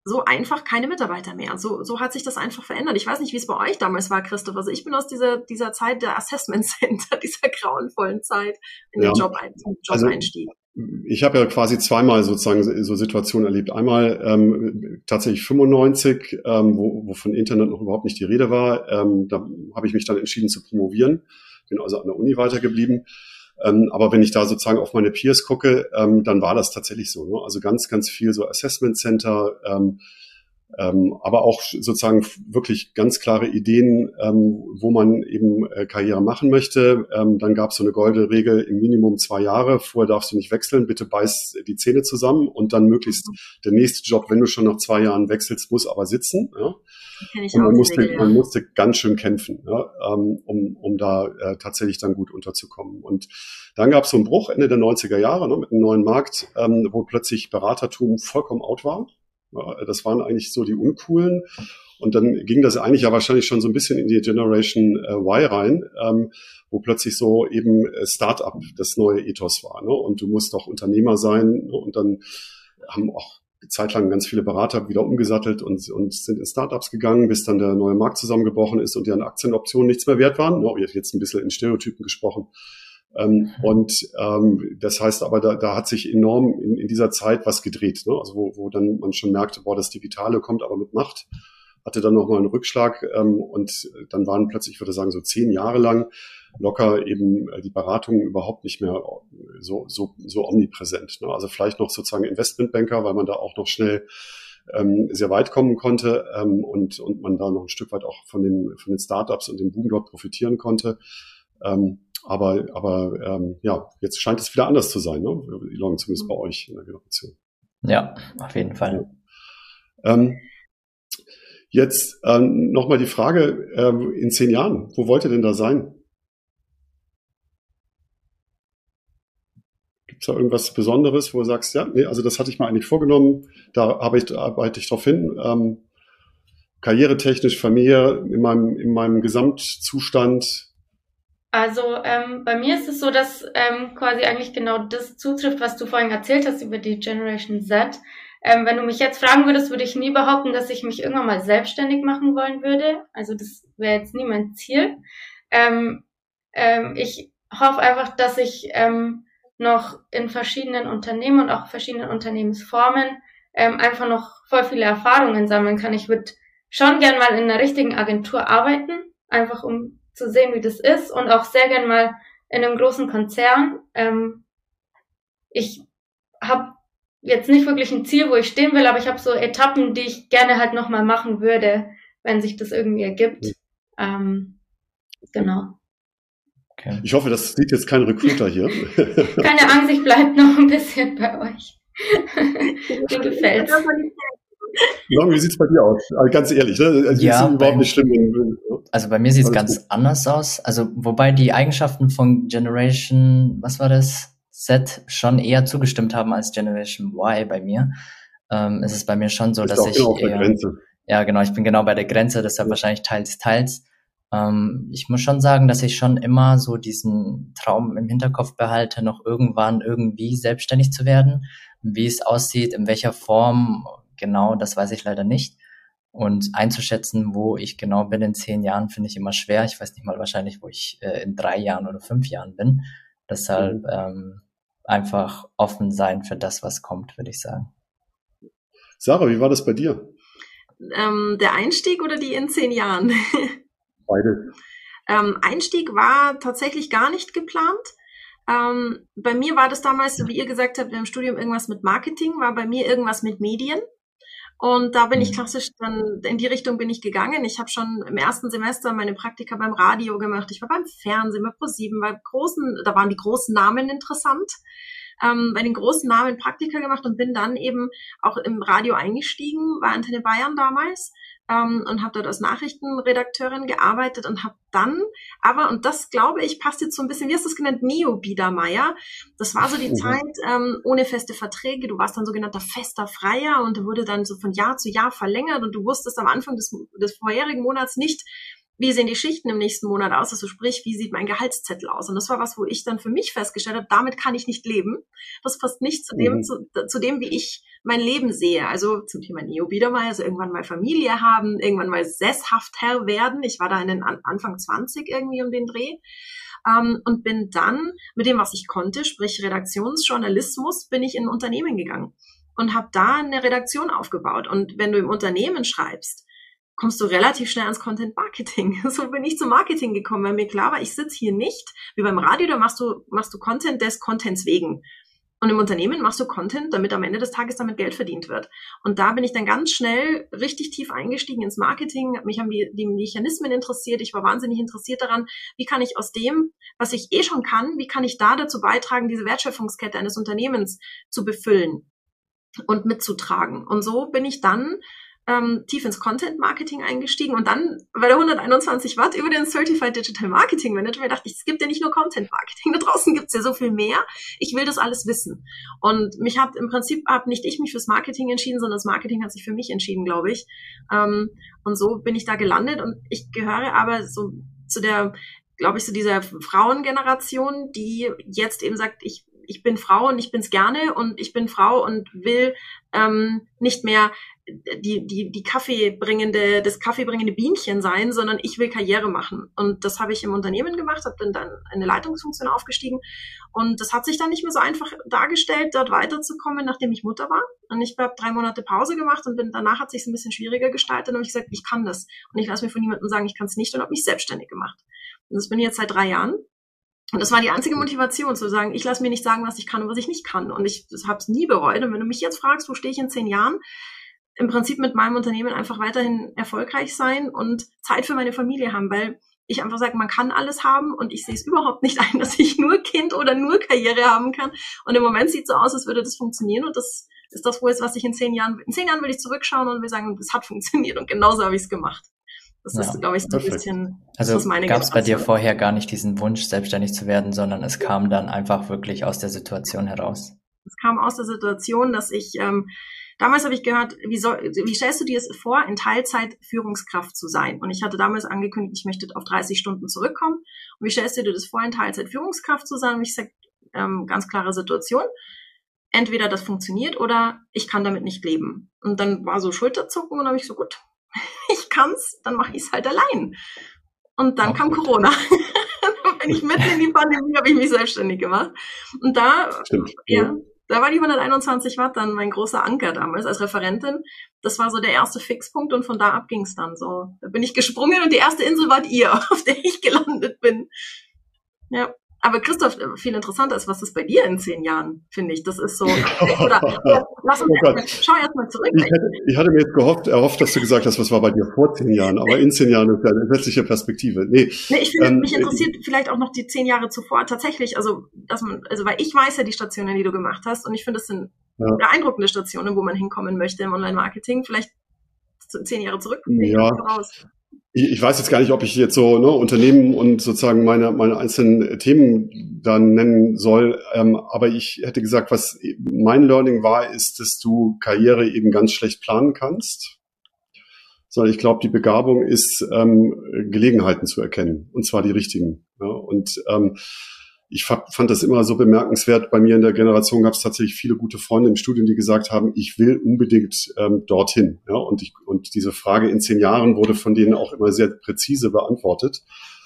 so einfach keine Mitarbeiter mehr. So, so hat sich das einfach verändert. Ich weiß nicht, wie es bei euch damals war, Christoph. Also ich bin aus dieser, dieser Zeit der Assessment Center, dieser grauenvollen Zeit in den Ja. Job, Job-Einstieg. Also, ich habe ja quasi zweimal sozusagen so Situationen erlebt. Einmal ähm, tatsächlich fünfundneunzig, ähm, wo, wo von Internet noch überhaupt nicht die Rede war. Ähm, da habe ich mich dann entschieden zu promovieren. Bin also an der Uni weitergeblieben. Ähm, aber wenn ich da sozusagen auf meine Peers gucke, ähm, dann war das tatsächlich so. Ne? Also ganz, ganz viel so Assessment Center, ähm, ähm, aber auch sozusagen wirklich ganz klare Ideen, ähm, wo man eben äh, Karriere machen möchte. Ähm, dann gab es so eine goldene Regel im Minimum zwei Jahre. Vorher darfst du nicht wechseln. Bitte beiß die Zähne zusammen und dann möglichst der nächste Job, wenn du schon nach zwei Jahren wechselst, muss aber sitzen. Ja? Kenn ich Und man auch, musste, Regel, ja. man musste ganz schön kämpfen, ja, ähm, um, um da äh, tatsächlich dann gut unterzukommen. Und dann gab es so einen Bruch Ende der neunziger Jahre ne, mit einem neuen Markt, ähm, wo plötzlich Beratertum vollkommen out war. Ja, das waren eigentlich so die Uncoolen. Und dann ging das eigentlich ja wahrscheinlich schon so ein bisschen in die Generation äh, Y rein, ähm, wo plötzlich so eben äh, Start-up das neue Ethos war. Ne? Und du musst auch Unternehmer sein. Ne? Und dann haben auch zeitlang ganz viele Berater wieder umgesattelt und, und sind in Startups gegangen, bis dann der neue Markt zusammengebrochen ist und deren Aktienoptionen nichts mehr wert waren. No, jetzt ein bisschen in Stereotypen gesprochen. Ähm, und ähm, das heißt aber, da, da hat sich enorm in, in dieser Zeit was gedreht. Ne? Also wo, wo dann man schon merkte, boah, das Digitale kommt aber mit Macht. Hatte dann nochmal einen Rückschlag ähm, und dann waren plötzlich, ich würde sagen, so zehn Jahre lang locker eben die Beratungen überhaupt nicht mehr so so so omnipräsent. Ne? Also vielleicht noch sozusagen Investmentbanker, weil man da auch noch schnell ähm, sehr weit kommen konnte ähm, und und man da noch ein Stück weit auch von den von den Startups und dem Boom dort profitieren konnte. Ähm, aber aber ähm, ja, jetzt scheint es wieder anders zu sein, ne? Zumindest bei euch in der Generation. Ja, auf jeden Fall. Ja. Ähm, jetzt ähm, nochmal die Frage: ähm, In zehn Jahren, wo wollt ihr denn da sein? Gibt es da irgendwas Besonderes, wo du sagst, ja, nee, also das hatte ich mir eigentlich vorgenommen, da arbeite ich, arbeite ich drauf hin. Ähm, karrieretechnisch, Familie, in meinem, in meinem Gesamtzustand. Also ähm, bei mir ist es so, dass ähm, quasi eigentlich genau das zutrifft, was du vorhin erzählt hast über die Generation Z. Ähm, wenn du mich jetzt fragen würdest, würde ich nie behaupten, dass ich mich irgendwann mal selbstständig machen wollen würde. Also das wäre jetzt nie mein Ziel. Ähm, ähm, ich hoffe einfach, dass ich ähm, noch in verschiedenen Unternehmen und auch verschiedenen Unternehmensformen ähm, einfach noch voll viele Erfahrungen sammeln kann. Ich würde schon gern mal in einer richtigen Agentur arbeiten, einfach um zu sehen, wie das ist, und auch sehr gern mal in einem großen Konzern. Ähm, ich habe jetzt nicht wirklich ein Ziel, wo ich stehen will, aber ich habe so Etappen, die ich gerne halt nochmal machen würde, wenn sich das irgendwie ergibt. Ähm, genau. Okay. Ich hoffe, das sieht jetzt kein Recruiter hier. Keine Angst, ich bleibe noch ein bisschen bei euch. Mir gefällt's. Long, wie sieht's bei dir aus? Also ganz ehrlich, ne? Also ja, ist überhaupt nicht schlimm. Also bei mir sieht's Alles ganz gut. anders aus. Also wobei die Eigenschaften von Generation, was war das, Z, schon eher zugestimmt haben als Generation Y bei mir. Ähm, es ist bei mir schon so, ist dass auch ich genau auf der eher, Grenze. Ja, genau, ich bin genau bei der Grenze, deshalb Ja. wahrscheinlich teils, teils. Ähm, ich muss schon sagen, dass ich schon immer so diesen Traum im Hinterkopf behalte, noch irgendwann irgendwie selbstständig zu werden. Wie es aussieht, in welcher Form, genau, das weiß ich leider nicht. Und einzuschätzen, wo ich genau bin in zehn Jahren, finde ich immer schwer. Ich weiß nicht mal wahrscheinlich, wo ich äh, in drei Jahren oder fünf Jahren bin. Deshalb Mhm. ähm, einfach offen sein für das, was kommt, würde ich sagen. Sarah, wie war das bei dir? Ähm, der Einstieg oder die in zehn Jahren? Beide. Ähm, Einstieg war tatsächlich gar nicht geplant. Ähm, bei mir war das damals, so wie ihr gesagt habt, im Studium irgendwas mit Marketing, war bei mir irgendwas mit Medien. Und da bin ich klassisch dann, in die Richtung bin ich gegangen. Ich habe schon im ersten Semester meine Praktika beim Radio gemacht. Ich war beim Fernsehen, bei ProSieben, bei großen, da waren die großen Namen interessant. Ähm, bei den großen Namen Praktika gemacht und bin dann eben auch im Radio eingestiegen, bei Antenne Bayern damals. Ähm, und habe dort als Nachrichtenredakteurin gearbeitet und habe dann, aber, und das glaube ich, passt jetzt so ein bisschen, wie hast du es genannt, Neo-Biedermeier. Das war so die Mhm. Zeit ähm, ohne feste Verträge. Du warst dann sogenannter fester Freier und wurde dann so von Jahr zu Jahr verlängert und du wusstest am Anfang des, des vorherigen Monats nicht, wie sehen die Schichten im nächsten Monat aus? Also sprich, wie sieht mein Gehaltszettel aus? Und das war was, wo ich dann für mich festgestellt habe, damit kann ich nicht leben. Das passt nicht zu dem, mhm. zu, zu dem, wie ich mein Leben sehe. Also zum Thema Neo wieder mal, also irgendwann mal Familie haben, irgendwann mal sesshafter werden. Ich war da in den Anfang zwanzig irgendwie um den Dreh. Um, und bin dann mit dem, was ich konnte, sprich Redaktionsjournalismus, bin ich in ein Unternehmen gegangen und habe da eine Redaktion aufgebaut. Und wenn du im Unternehmen schreibst, kommst du relativ schnell ans Content Marketing. So bin ich zum Marketing gekommen, weil mir klar war, ich sitze hier nicht wie beim Radio, da machst du machst du Content des Contents wegen. Und im Unternehmen machst du Content, damit am Ende des Tages damit Geld verdient wird. Und da bin ich dann ganz schnell richtig tief eingestiegen ins Marketing. Mich haben die, die Mechanismen interessiert. Ich war wahnsinnig interessiert daran, wie kann ich aus dem, was ich eh schon kann, wie kann ich da dazu beitragen, diese Wertschöpfungskette eines Unternehmens zu befüllen und mitzutragen. Und so bin ich dann ähm, tief ins Content-Marketing eingestiegen und dann bei der hunderteinundzwanzig Watt über den Certified Digital Marketing Manager dachte ich, es gibt ja nicht nur Content-Marketing, da draußen gibt es ja so viel mehr. Ich will das alles wissen. Und mich hat im Prinzip, hab nicht ich mich fürs Marketing entschieden, sondern das Marketing hat sich für mich entschieden, glaube ich. Ähm, und so bin ich da gelandet und ich gehöre aber so zu der, glaube ich, zu dieser Frauengeneration, die jetzt eben sagt, ich ich bin Frau und ich bin's gerne und ich bin Frau und will ähm, nicht mehr die die die Kaffeebringende das Kaffeebringende Bienchen sein, sondern ich will Karriere machen. Und das habe ich im Unternehmen gemacht, habe dann dann eine Leitungsfunktion aufgestiegen und das hat sich dann nicht mehr so einfach dargestellt, dort weiterzukommen, nachdem ich Mutter war. Und ich habe drei Monate Pause gemacht und bin danach hat sich ein bisschen schwieriger gestaltet und habe ich gesagt, ich kann das und ich lasse mir von niemandem sagen, ich kann es nicht und habe mich selbstständig gemacht. Und das bin ich jetzt seit drei Jahren. Und das war die einzige Motivation, zu sagen, ich lasse mir nicht sagen, was ich kann und was ich nicht kann. Und ich habe es nie bereut. Und wenn du mich jetzt fragst, wo stehe ich in zehn Jahren, im Prinzip mit meinem Unternehmen einfach weiterhin erfolgreich sein und Zeit für meine Familie haben, weil ich einfach sage, man kann alles haben und ich sehe es überhaupt nicht ein, dass ich nur Kind oder nur Karriere haben kann. Und im Moment sieht es so aus, als würde das funktionieren und das ist das, wo es, was ich in zehn Jahren, in zehn Jahren will ich zurückschauen und will sagen, das hat funktioniert und genauso habe ich es gemacht. Das ja, ist, glaube ich, so ein bisschen, also was meine gab es bei dir vorher gar nicht diesen Wunsch, selbstständig zu werden, sondern es kam dann einfach wirklich aus der Situation heraus? Es kam aus der Situation, dass ich, ähm, damals habe ich gehört, wie, soll, wie stellst du dir es vor, in Teilzeit Führungskraft zu sein? Und ich hatte damals angekündigt, ich möchte auf dreißig Stunden zurückkommen. Und wie stellst du dir das vor, in Teilzeit Führungskraft zu sein? Und ich sage, ähm, ganz klare Situation. Entweder das funktioniert oder ich kann damit nicht leben. Und dann war so Schulterzucken und dann habe ich so, gut, ich kann's, dann mache ich es halt allein. Und dann Auch kam gut. Corona. Dann bin ich mitten in die Pandemie, habe ich mich selbstständig gemacht. Und da, Stimmt. ja, da war die hunderteinundzwanzig Watt dann mein großer Anker damals als Referentin. Das war so der erste Fixpunkt und von da ab ging's dann so. Da bin ich gesprungen und die erste Insel wart ihr, auf der ich gelandet bin. Ja. Aber Christoph, viel interessanter ist, was ist bei dir in zehn Jahren, finde ich. Das ist so, oder, lass uns, oh schau erst mal zurück. Ich hatte, ich hatte mir jetzt gehofft, erhofft, dass du gesagt hast, was war bei dir vor zehn Jahren, aber in zehn Jahren ist ja eine letztliche Perspektive. Nee, nee ich finde, ähm, mich interessiert vielleicht auch noch die zehn Jahre zuvor tatsächlich, also, dass man, also, weil ich weiß ja die Stationen, die du gemacht hast und ich finde, das sind ja. beeindruckende Stationen, wo man hinkommen möchte im Online-Marketing. Vielleicht zehn Jahre zurück. Ja. Raus. Ich weiß jetzt gar nicht, ob ich jetzt so ne, Unternehmen und sozusagen meine meine einzelnen Themen dann nennen soll, ähm, aber ich hätte gesagt, was mein Learning war, ist, dass du Karriere eben ganz schlecht planen kannst, sondern ich glaube, die Begabung ist, ähm, Gelegenheiten zu erkennen, und zwar die richtigen. Ja, und ähm, ich fand das immer so bemerkenswert. Bei mir in der Generation gab es tatsächlich viele gute Freunde im Studium, die gesagt haben, ich will unbedingt ähm, dorthin. Ja, und, ich, und diese Frage in zehn Jahren wurde von denen auch immer sehr präzise beantwortet.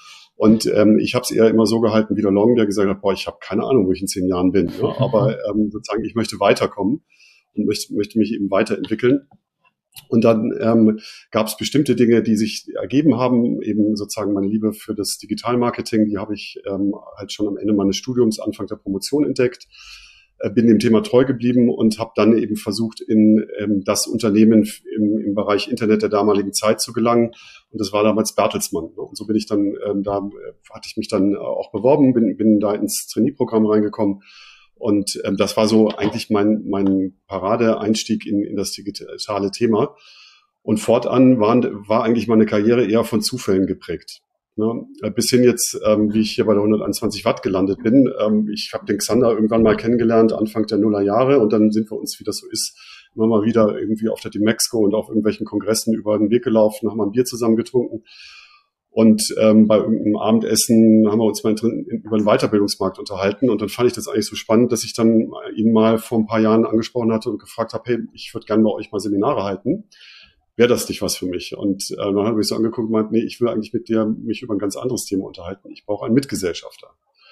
Und ähm, ich habe es eher immer so gehalten wie der Long, der gesagt hat, boah, ich habe keine Ahnung, wo ich in zehn Jahren bin. Ja, aber ähm, sozusagen, ich möchte weiterkommen und möchte, möchte mich eben weiterentwickeln. Und dann ähm, gab es bestimmte Dinge, die sich ergeben haben, eben sozusagen meine Liebe für das Digitalmarketing, die habe ich ähm, halt schon am Ende meines Studiums, Anfang der Promotion entdeckt, äh, bin dem Thema treu geblieben und habe dann eben versucht, in ähm, das Unternehmen im, im Bereich Internet der damaligen Zeit zu gelangen. Und das war damals Bertelsmann. Und so bin ich dann, ähm, da hatte ich mich dann auch beworben, bin, bin da ins Trainee-Programm reingekommen. Und ähm, das war so eigentlich mein mein Paradeeinstieg in, in das digitale Thema. Und fortan waren, war eigentlich meine Karriere eher von Zufällen geprägt. Ne? Bis hin jetzt, ähm, wie ich hier bei der hunderteinundzwanzig Watt gelandet bin. Ähm, ich habe den Xander irgendwann mal kennengelernt, Anfang der Nullerjahre. Und dann sind wir uns, wie das so ist, immer mal wieder irgendwie auf der Demexco und auf irgendwelchen Kongressen über den Weg gelaufen, haben mal ein Bier zusammen getrunken. Und ähm, bei irgendeinem Abendessen haben wir uns mal drin, über den Weiterbildungsmarkt unterhalten. Und dann fand ich das eigentlich so spannend, dass ich dann ihn mal vor ein paar Jahren angesprochen hatte und gefragt habe, hey, ich würde gerne bei euch mal Seminare halten. Wäre das nicht was für mich? Und äh, dann habe ich so angeguckt und meint, nee, ich will eigentlich mit dir mich über ein ganz anderes Thema unterhalten. Ich brauche einen Mitgesellschafter.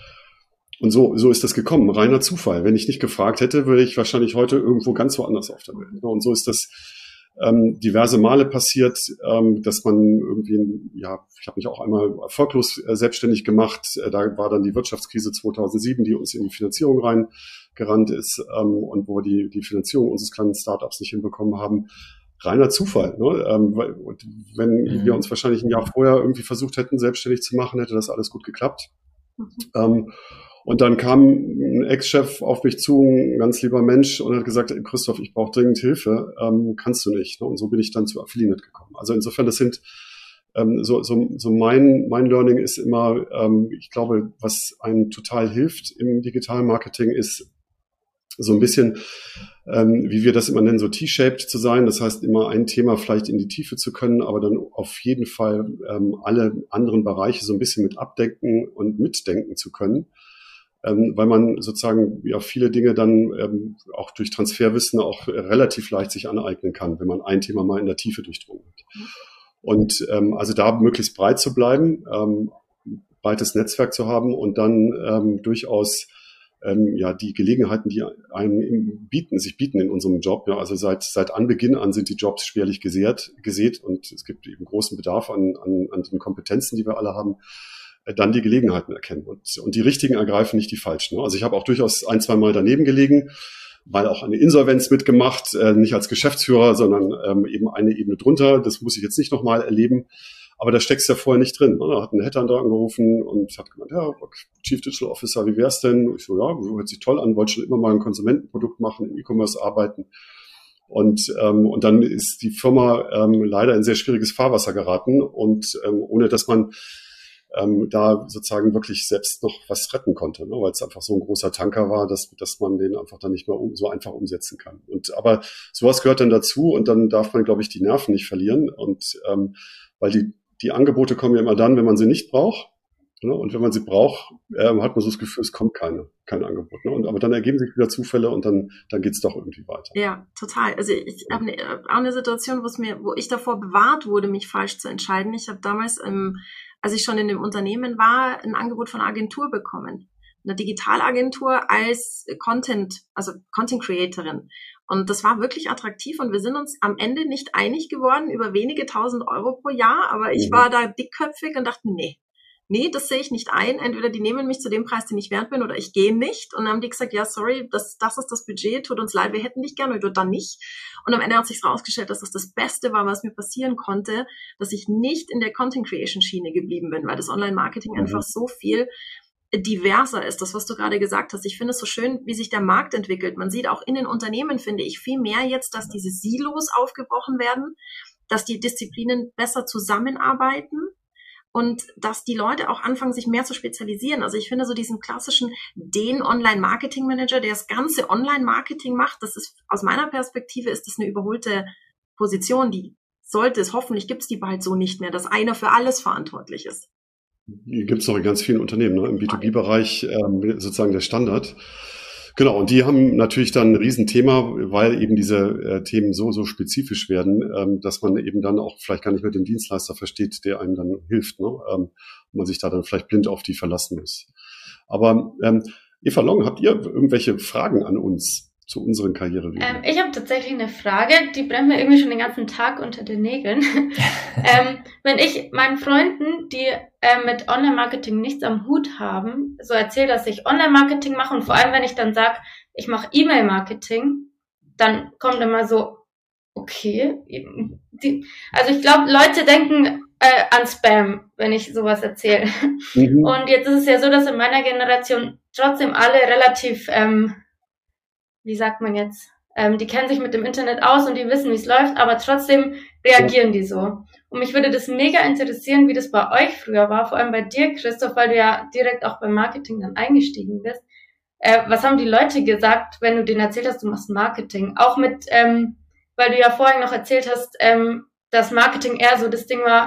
Und so, so ist das gekommen. Reiner Zufall. Wenn ich nicht gefragt hätte, würde ich wahrscheinlich heute irgendwo ganz woanders auf der Welt. Und so ist das ähm, diverse Male passiert, ähm, dass man irgendwie, ja, ich habe mich auch einmal erfolglos äh, selbstständig gemacht. Äh, da war dann die Wirtschaftskrise zweitausendsieben, die uns in die Finanzierung reingerannt ist ähm, und wo wir die, die Finanzierung unseres kleinen Startups nicht hinbekommen haben. Reiner Zufall. Ne? Ähm, wenn mhm. wir uns wahrscheinlich ein Jahr vorher irgendwie versucht hätten, selbstständig zu machen, hätte das alles gut geklappt. Mhm. Ähm, und dann kam ein Ex-Chef auf mich zu, ein ganz lieber Mensch, und hat gesagt, Christoph, ich brauche dringend Hilfe, ähm, kannst du nicht. Ne? Und so bin ich dann zu Affiliate gekommen. Also insofern, das sind ähm, so, so, so mein, mein Learning ist immer, ähm, ich glaube, was einem total hilft im digitalen Marketing ist, so ein bisschen, ähm, wie wir das immer nennen, so T-shaped zu sein. Das heißt, immer ein Thema vielleicht in die Tiefe zu können, aber dann auf jeden Fall ähm, alle anderen Bereiche so ein bisschen mit abdenken und mitdenken zu können. Ähm, weil man sozusagen ja viele Dinge dann ähm, auch durch Transferwissen auch relativ leicht sich aneignen kann, wenn man ein Thema mal in der Tiefe durchdrungen hat. Und ähm, also da möglichst breit zu bleiben, ähm, breites Netzwerk zu haben und dann ähm, durchaus Ähm, ja, die Gelegenheiten, die einem bieten, sich bieten in unserem Job. Ja, also seit, seit Anbeginn an sind die Jobs schwerlich gesät, gesät und es gibt eben großen Bedarf an, an, an den Kompetenzen, die wir alle haben, äh, dann die Gelegenheiten erkennen und, und die richtigen ergreifen, nicht die falschen. Ne? Also ich habe auch durchaus ein, zwei Mal daneben gelegen, mal auch eine Insolvenz mitgemacht, äh, nicht als Geschäftsführer, sondern ähm, eben eine Ebene drunter. Das muss ich jetzt nicht nochmal erleben. Aber da steckst du ja vorher nicht drin. Da hat ein Headhunter angerufen und hat gemeint, ja, Chief Digital Officer, wie wär's denn? Ich so, ja, hört sich toll an, wollte schon immer mal ein Konsumentenprodukt machen, im E-Commerce arbeiten. Und ähm, und dann ist die Firma ähm, leider in sehr schwieriges Fahrwasser geraten und ähm, ohne dass man ähm, da sozusagen wirklich selbst noch was retten konnte, ne? Weil es einfach so ein großer Tanker war, dass dass man den einfach dann nicht mehr um, so einfach umsetzen kann. Und aber sowas gehört dann dazu und dann darf man, glaube ich, die Nerven nicht verlieren und ähm, weil die Die Angebote kommen ja immer dann, wenn man sie nicht braucht. Ne? Und wenn man sie braucht, äh, hat man so das Gefühl, es kommt keine, kein Angebot. Ne? Und, aber dann ergeben sich wieder Zufälle und dann, dann geht's doch irgendwie weiter. Ja, total. Also ich habe ne, auch eine Situation, wo es mir, wo ich davor bewahrt wurde, mich falsch zu entscheiden. Ich habe damals, ähm, als ich schon in dem Unternehmen war, ein Angebot von einer Agentur bekommen. Eine Digitalagentur als Content, also Content Creatorin. Und das war wirklich attraktiv und wir sind uns am Ende nicht einig geworden über wenige tausend Euro pro Jahr, aber ich mhm. war da dickköpfig und dachte, nee, nee, das sehe ich nicht ein. Entweder die nehmen mich zu dem Preis, den ich wert bin, oder ich gehe nicht. Und dann haben die gesagt, ja, sorry, das, das ist das Budget, tut uns leid, wir hätten dich gerne, oder dann nicht. Und am Ende hat sich herausgestellt, dass das das Beste war, was mir passieren konnte, dass ich nicht in der Content-Creation-Schiene geblieben bin, weil das Online-Marketing mhm. einfach so viel diverser ist, das, was du gerade gesagt hast. Ich finde es so schön, wie sich der Markt entwickelt. Man sieht auch in den Unternehmen, finde ich, viel mehr jetzt, dass diese Silos aufgebrochen werden, dass die Disziplinen besser zusammenarbeiten und dass die Leute auch anfangen, sich mehr zu spezialisieren. Also ich finde so diesen klassischen, den Online-Marketing-Manager, der das ganze Online-Marketing macht, das ist, aus meiner Perspektive ist das eine überholte Position, die sollte es, hoffentlich gibt es die bald so nicht mehr, dass einer für alles verantwortlich ist. Gibt es noch in ganz vielen Unternehmen, ne? Im B zwei B-Bereich ähm, sozusagen der Standard. Genau, und die haben natürlich dann ein Riesenthema, weil eben diese äh, Themen so, so spezifisch werden, ähm, dass man eben dann auch vielleicht gar nicht mehr den Dienstleister versteht, der einem dann hilft, ne? ähm, und man sich da dann vielleicht blind auf die verlassen muss. Aber ähm, Eva Long, habt ihr irgendwelche Fragen an uns zu unseren Karrierewegen? Ähm, ich habe tatsächlich eine Frage, die brennt mir irgendwie schon den ganzen Tag unter den Nägeln. ähm, wenn ich meinen Freunden, die äh, mit Online-Marketing nichts am Hut haben, so erzähle, dass ich Online-Marketing mache und vor allem, wenn ich dann sage, ich mache E-Mail-Marketing, dann kommt immer so, okay. Die, also ich glaube, Leute denken äh, an Spam, wenn ich sowas erzähle. Mhm. Und jetzt ist es ja so, dass in meiner Generation trotzdem alle relativ ähm, wie sagt man jetzt, ähm, die kennen sich mit dem Internet aus und die wissen, wie es läuft, aber trotzdem reagieren die so. Und mich würde das mega interessieren, wie das bei euch früher war, vor allem bei dir, Christoph, weil du ja direkt auch beim Marketing dann eingestiegen bist. Äh, was haben die Leute gesagt, wenn du denen erzählt hast, du machst Marketing? Auch mit, ähm, weil du ja vorhin noch erzählt hast, ähm, dass Marketing eher so das Ding war,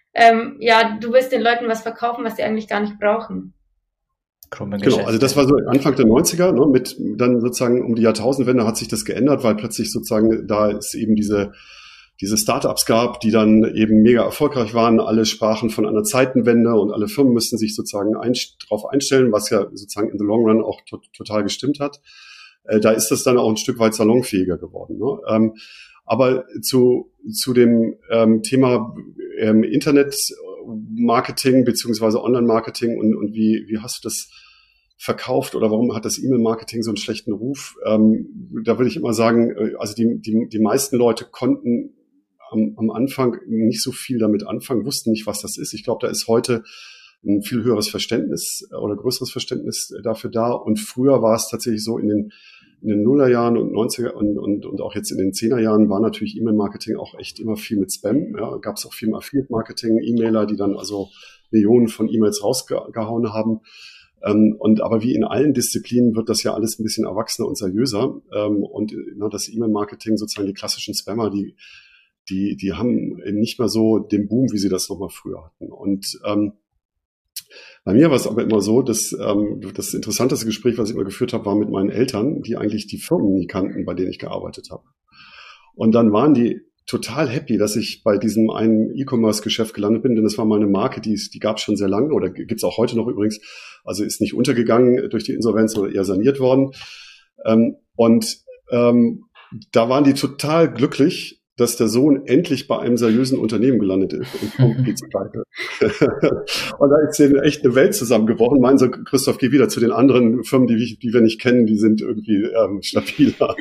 ähm, ja, du willst den Leuten was verkaufen, was sie eigentlich gar nicht brauchen. Genau, also das war so Anfang der neunziger, ne, mit dann sozusagen um die Jahrtausendwende hat sich das geändert, weil plötzlich sozusagen da es eben diese diese Startups gab, die dann eben mega erfolgreich waren. Alle sprachen von einer Zeitenwende und alle Firmen müssten sich sozusagen ein, drauf einstellen, was ja sozusagen in the long run auch to- total gestimmt hat. Äh, da ist das dann auch ein Stück weit salonfähiger geworden. Ne? Ähm, aber zu zu dem ähm, Thema ähm, Internet-Marketing beziehungsweise Online-Marketing und und wie wie hast du das verkauft oder warum hat das E-Mail-Marketing so einen schlechten Ruf? Ähm, da würde ich immer sagen, also die die die meisten Leute konnten am, am Anfang nicht so viel damit anfangen, wussten nicht, was das ist. Ich glaube, da ist heute ein viel höheres Verständnis oder größeres Verständnis dafür da. Und früher war es tatsächlich so in den in den Nullerjahren und neunziger und, und, und auch jetzt in den Zehnerjahren war natürlich E-Mail-Marketing auch echt immer viel mit Spam. Ja, gab es auch viel Affiliate-Marketing, E-Mailer, die dann also Millionen von E-Mails rausgehauen haben. Ähm, und aber wie in allen Disziplinen wird das ja alles ein bisschen erwachsener und seriöser. Ähm, und na, das E-Mail-Marketing, sozusagen die klassischen Spammer, die die die haben nicht mehr so den Boom, wie sie das noch mal früher hatten. Und ähm, bei mir war es aber immer so, dass ähm, das interessanteste Gespräch, was ich immer geführt habe, war mit meinen Eltern, die eigentlich die Firmen nie kannten, bei denen ich gearbeitet habe. Und dann waren die total happy, dass ich bei diesem einen E-Commerce-Geschäft gelandet bin, denn das war mal eine Marke, die, die gab es schon sehr lange oder gibt's auch heute noch übrigens. Also ist nicht untergegangen durch die Insolvenz, sondern eher saniert worden. Ähm, und ähm, da waren die total glücklich, dass der Sohn endlich bei einem seriösen Unternehmen gelandet ist. Und geht's pleite. Und da ist denen echt eine Welt zusammengebrochen. Meinen sie, Christoph, geh wieder zu den anderen Firmen, die, die wir nicht kennen, die sind irgendwie ähm, stabiler.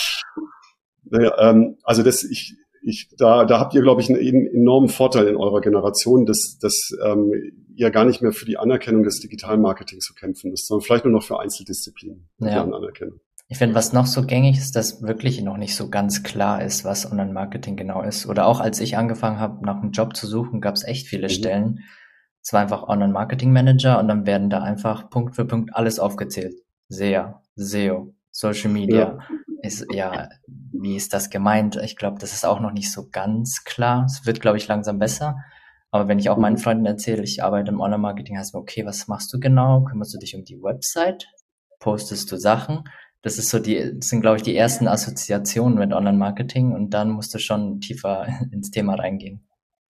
Naja, ähm, also das, ich, ich, da, da habt ihr, glaube ich, einen, einen enormen Vorteil in eurer Generation, dass, dass ähm, ihr gar nicht mehr für die Anerkennung des Digitalmarketings zu kämpfen müsst, sondern vielleicht nur noch für Einzeldisziplinen, ja. deren Anerkennung. Ich finde, was noch so gängig ist, dass wirklich noch nicht so ganz klar ist, was Online-Marketing genau ist. Oder auch als ich angefangen habe, nach einem Job zu suchen, gab es echt viele mhm. Stellen. Es war einfach Online-Marketing-Manager und dann werden da einfach Punkt für Punkt alles aufgezählt. S E A, S E O, Social Media. Ja. Ist, ja, wie ist das gemeint? Ich glaube, das ist auch noch nicht so ganz klar. Es wird, glaube ich, langsam besser. Aber wenn ich auch meinen Freunden erzähle, ich arbeite im Online-Marketing, heißt mir, okay, was machst du genau? Kümmerst du dich um die Website? Postest du Sachen? Das ist so die, das sind, glaube ich, die ersten Assoziationen mit Online-Marketing und dann musst du schon tiefer ins Thema reingehen.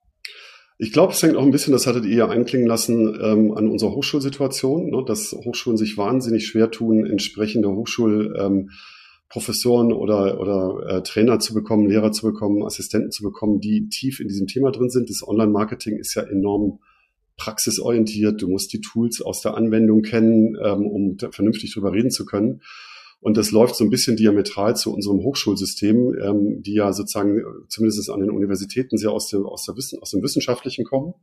Ich glaube, es hängt auch ein bisschen, das hattet ihr ja einklingen lassen, ähm, an unserer Hochschulsituation, ne, dass Hochschulen sich wahnsinnig schwer tun, entsprechende Hochschulprofessoren ähm, oder, oder äh, Trainer zu bekommen, Lehrer zu bekommen, Assistenten zu bekommen, die tief in diesem Thema drin sind. Das Online-Marketing ist ja enorm praxisorientiert. Du musst die Tools aus der Anwendung kennen, ähm, um vernünftig drüber reden zu können. Und das läuft so ein bisschen diametral zu unserem Hochschulsystem, ähm, die ja sozusagen zumindest an den Universitäten sehr aus dem, aus der Wissen, aus dem Wissenschaftlichen kommen.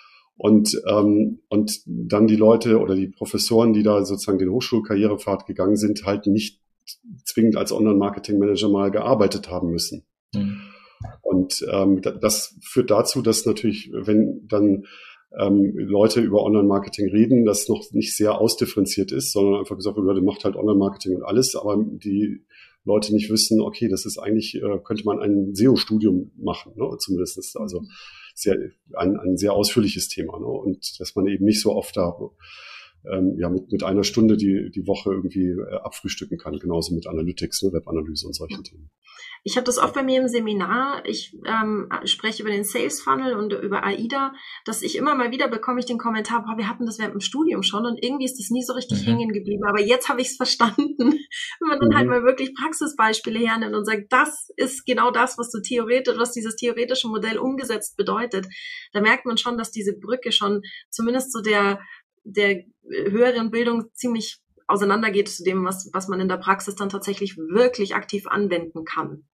Und, ähm, und dann die Leute oder die Professoren, die da sozusagen den Hochschulkarrierepfad gegangen sind, halt nicht zwingend als Online-Marketing-Manager mal gearbeitet haben müssen. Mhm. Und ähm, das führt dazu, dass natürlich, wenn dann Ähm, Leute über Online-Marketing reden, das noch nicht sehr ausdifferenziert ist, sondern einfach gesagt wird, der macht halt Online-Marketing und alles, aber die Leute nicht wissen, okay, das ist eigentlich, äh, könnte man ein S E O-Studium machen, ne, zumindest, also sehr, ein, ein sehr ausführliches Thema, ne, und dass man eben nicht so oft da ähm, ja mit, mit einer Stunde die, die Woche irgendwie äh, abfrühstücken kann, genauso mit Analytics, ne, Webanalyse und solchen Themen. Ich habe das oft bei mir im Seminar, ich ähm, spreche über den Sales Funnel und über AIDA, dass ich immer mal wieder bekomme ich den Kommentar, boah, wir hatten das während dem Studium schon und irgendwie ist das nie so richtig mhm. hängen geblieben, aber jetzt habe ich es verstanden, wenn man dann mhm. halt mal wirklich Praxisbeispiele hernimmt und sagt, das ist genau das, was du theoretisch, was dieses theoretische Modell umgesetzt bedeutet, da merkt man schon, dass diese Brücke schon zumindest so der der höheren Bildung ziemlich auseinandergeht zu dem, was, was man in der Praxis dann tatsächlich wirklich aktiv anwenden kann.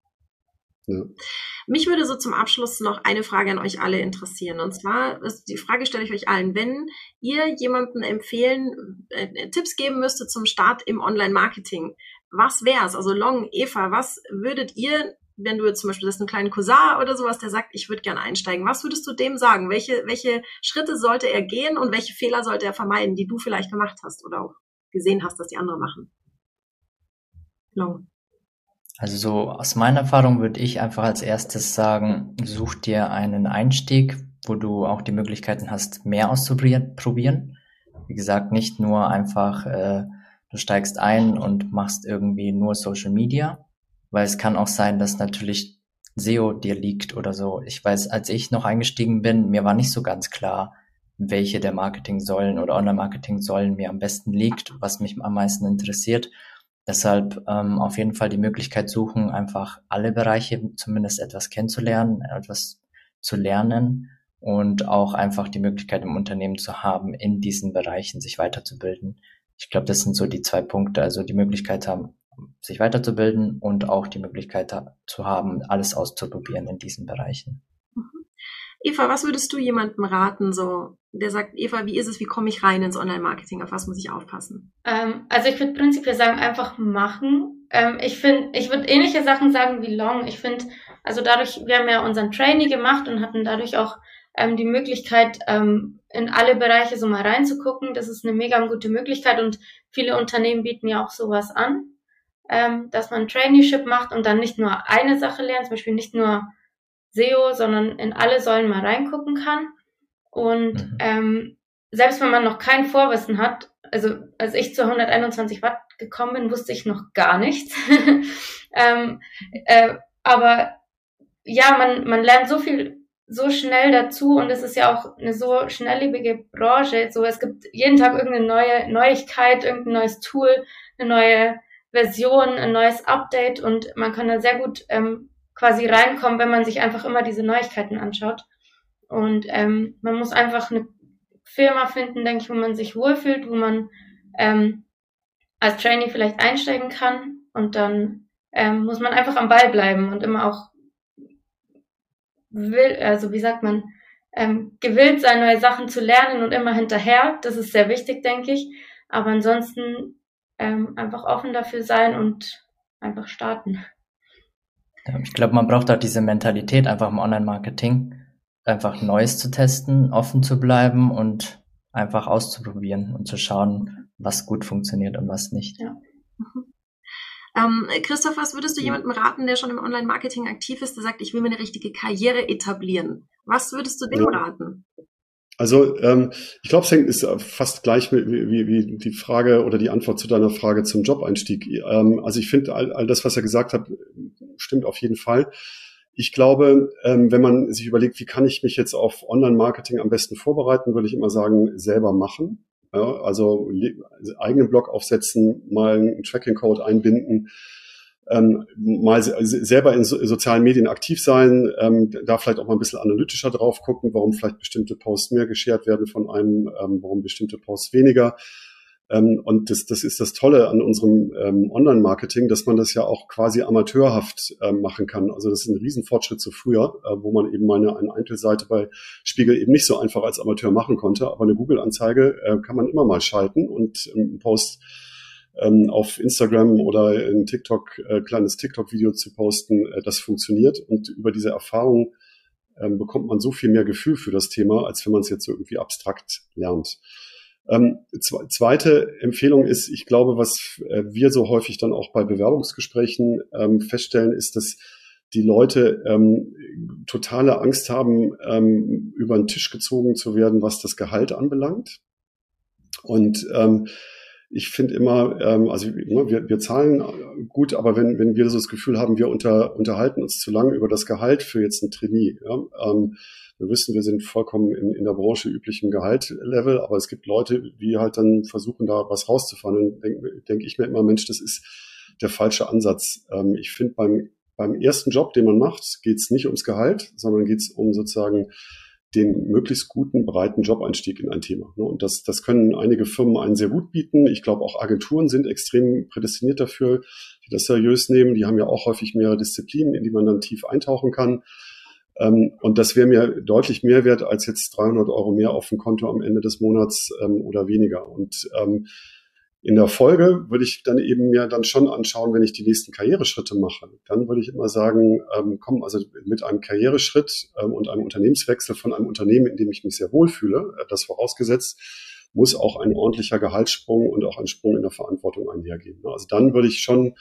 Ja. Mich würde so zum Abschluss noch eine Frage an euch alle interessieren. Und zwar, die Frage stelle ich euch allen, wenn ihr jemandem empfehlen, äh, Tipps geben müsstet zum Start im Online-Marketing, was wär's? Also Long, Eva, was würdet ihr, wenn du jetzt zum Beispiel, das ist ein kleiner Cousin oder sowas, der sagt, ich würde gerne einsteigen, was würdest du dem sagen? Welche, welche Schritte sollte er gehen und welche Fehler sollte er vermeiden, die du vielleicht gemacht hast oder auch gesehen hast, dass die andere machen? Long. Also so aus meiner Erfahrung würde ich einfach als erstes sagen, such dir einen Einstieg, wo du auch die Möglichkeiten hast, mehr auszuprobieren. Probieren. Wie gesagt, nicht nur einfach, äh, du steigst ein und machst irgendwie nur Social Media, weil es kann auch sein, dass natürlich S E O dir liegt oder so. Ich weiß, als ich noch eingestiegen bin, mir war nicht so ganz klar, welche der Marketing-Säulen oder Online-Marketing-Säulen mir am besten liegt, was mich am meisten interessiert. Deshalb ähm, auf jeden Fall die Möglichkeit suchen, einfach alle Bereiche zumindest etwas kennenzulernen, etwas zu lernen und auch einfach die Möglichkeit im Unternehmen zu haben, in diesen Bereichen sich weiterzubilden. Ich glaube, das sind so die zwei Punkte, also die Möglichkeit haben, sich weiterzubilden und auch die Möglichkeit zu haben, alles auszuprobieren in diesen Bereichen. Eva, was würdest du jemandem raten, so, der sagt, Eva, wie ist es, wie komme ich rein ins Online-Marketing, auf was muss ich aufpassen? Ähm, also ich würde prinzipiell sagen, einfach machen. Ähm, ich finde, ich würde ähnliche Sachen sagen wie Long. Ich finde, also dadurch, wir haben ja unseren Trainee gemacht und hatten dadurch auch ähm, die Möglichkeit, ähm, in alle Bereiche so mal reinzugucken. Das ist eine mega gute Möglichkeit und viele Unternehmen bieten ja auch sowas an, ähm, dass man ein Traineeship macht und dann nicht nur eine Sache lernt, zum Beispiel nicht nur S E O, sondern in alle Säulen mal reingucken kann. Und mhm. ähm, selbst wenn man noch kein Vorwissen hat, also als ich zu hunderteinundzwanzig Watt gekommen bin, wusste ich noch gar nichts. ähm, äh, aber ja, man, man lernt so viel so schnell dazu und es ist ja auch eine so schnelllebige Branche. So, es gibt jeden Tag irgendeine neue Neuigkeit, irgendein neues Tool, eine neue Version, ein neues Update und man kann da sehr gut ähm, quasi reinkommen, wenn man sich einfach immer diese Neuigkeiten anschaut. Und ähm, man muss einfach eine Firma finden, denke ich, wo man sich wohlfühlt, wo man ähm, als Trainee vielleicht einsteigen kann und dann ähm, muss man einfach am Ball bleiben und immer auch will, also wie sagt man, ähm, gewillt sein, neue Sachen zu lernen und immer hinterher. Das ist sehr wichtig, denke ich. Aber ansonsten ähm, einfach offen dafür sein und einfach starten. Ich glaube, man braucht auch diese Mentalität einfach im Online-Marketing, einfach Neues zu testen, offen zu bleiben und einfach auszuprobieren und zu schauen, was gut funktioniert und was nicht. Ja. Mhm. Ähm, Christoph, was würdest du jemandem raten, der schon im Online-Marketing aktiv ist, der sagt, ich will mir eine richtige Karriere etablieren? Was würdest du dem ja. raten? Also ähm, ich glaube, es hängt ist fast gleich wie, wie, wie die Frage oder die Antwort zu deiner Frage zum Jobeinstieg. Ähm, also ich finde, all, all das, was er gesagt hat, stimmt auf jeden Fall. Ich glaube, ähm, wenn man sich überlegt, wie kann ich mich jetzt auf Online-Marketing am besten vorbereiten, würde ich immer sagen, selber machen. Ja, also eigenen Blog aufsetzen, mal einen Tracking-Code einbinden, ähm, mal selber in so, sozialen Medien aktiv sein, ähm, da vielleicht auch mal ein bisschen analytischer drauf gucken, warum vielleicht bestimmte Posts mehr geshared werden von einem, ähm, warum bestimmte Posts weniger. Ähm, und das, das ist das Tolle an unserem ähm, Online-Marketing, dass man das ja auch quasi amateurhaft ähm, machen kann. Also das ist ein Riesenfortschritt zu früher, äh, wo man eben mal eine, eine Einzelseite bei Spiegel eben nicht so einfach als Amateur machen konnte. Aber eine Google-Anzeige äh, kann man immer mal schalten und ähm, einen Post ähm, auf Instagram oder ein TikTok, äh, kleines TikTok-Video zu posten, äh, das funktioniert. Und über diese Erfahrung ähm, bekommt man so viel mehr Gefühl für das Thema, als wenn man es jetzt so irgendwie abstrakt lernt. Ähm, zweite Empfehlung ist, ich glaube, was äh, wir so häufig dann auch bei Bewerbungsgesprächen ähm, feststellen, ist, dass die Leute ähm, totale Angst haben, ähm, über den Tisch gezogen zu werden, was das Gehalt anbelangt. Und ähm, ich finde immer, ähm, also wir, wir zahlen gut, aber wenn, wenn wir so das Gefühl haben, wir unter, unterhalten uns zu lange über das Gehalt für jetzt ein Trainee, ja, ähm, wir wissen, wir sind vollkommen in, in der Branche üblichen Gehaltlevel, aber es gibt Leute, die halt dann versuchen, da was rauszufahren. Dann denke denk ich mir immer, Mensch, das ist der falsche Ansatz. Ähm, ich finde, beim, beim ersten Job, den man macht, geht es nicht ums Gehalt, sondern geht es um sozusagen den möglichst guten, breiten Jobeinstieg in ein Thema. Und das, das können einige Firmen einen sehr gut bieten. Ich glaube, auch Agenturen sind extrem prädestiniert dafür, die das seriös nehmen. Die haben ja auch häufig mehrere Disziplinen, in die man dann tief eintauchen kann. Und das wäre mir deutlich mehr wert als jetzt dreihundert Euro mehr auf dem Konto am Ende des Monats oder weniger. Und in der Folge würde ich dann eben mir dann schon anschauen, wenn ich die nächsten Karriereschritte mache. Dann würde ich immer sagen, komm, also mit einem Karriereschritt und einem Unternehmenswechsel von einem Unternehmen, in dem ich mich sehr wohlfühle, das vorausgesetzt, muss auch ein ordentlicher Gehaltssprung und auch ein Sprung in der Verantwortung einhergehen. Also dann würde ich schon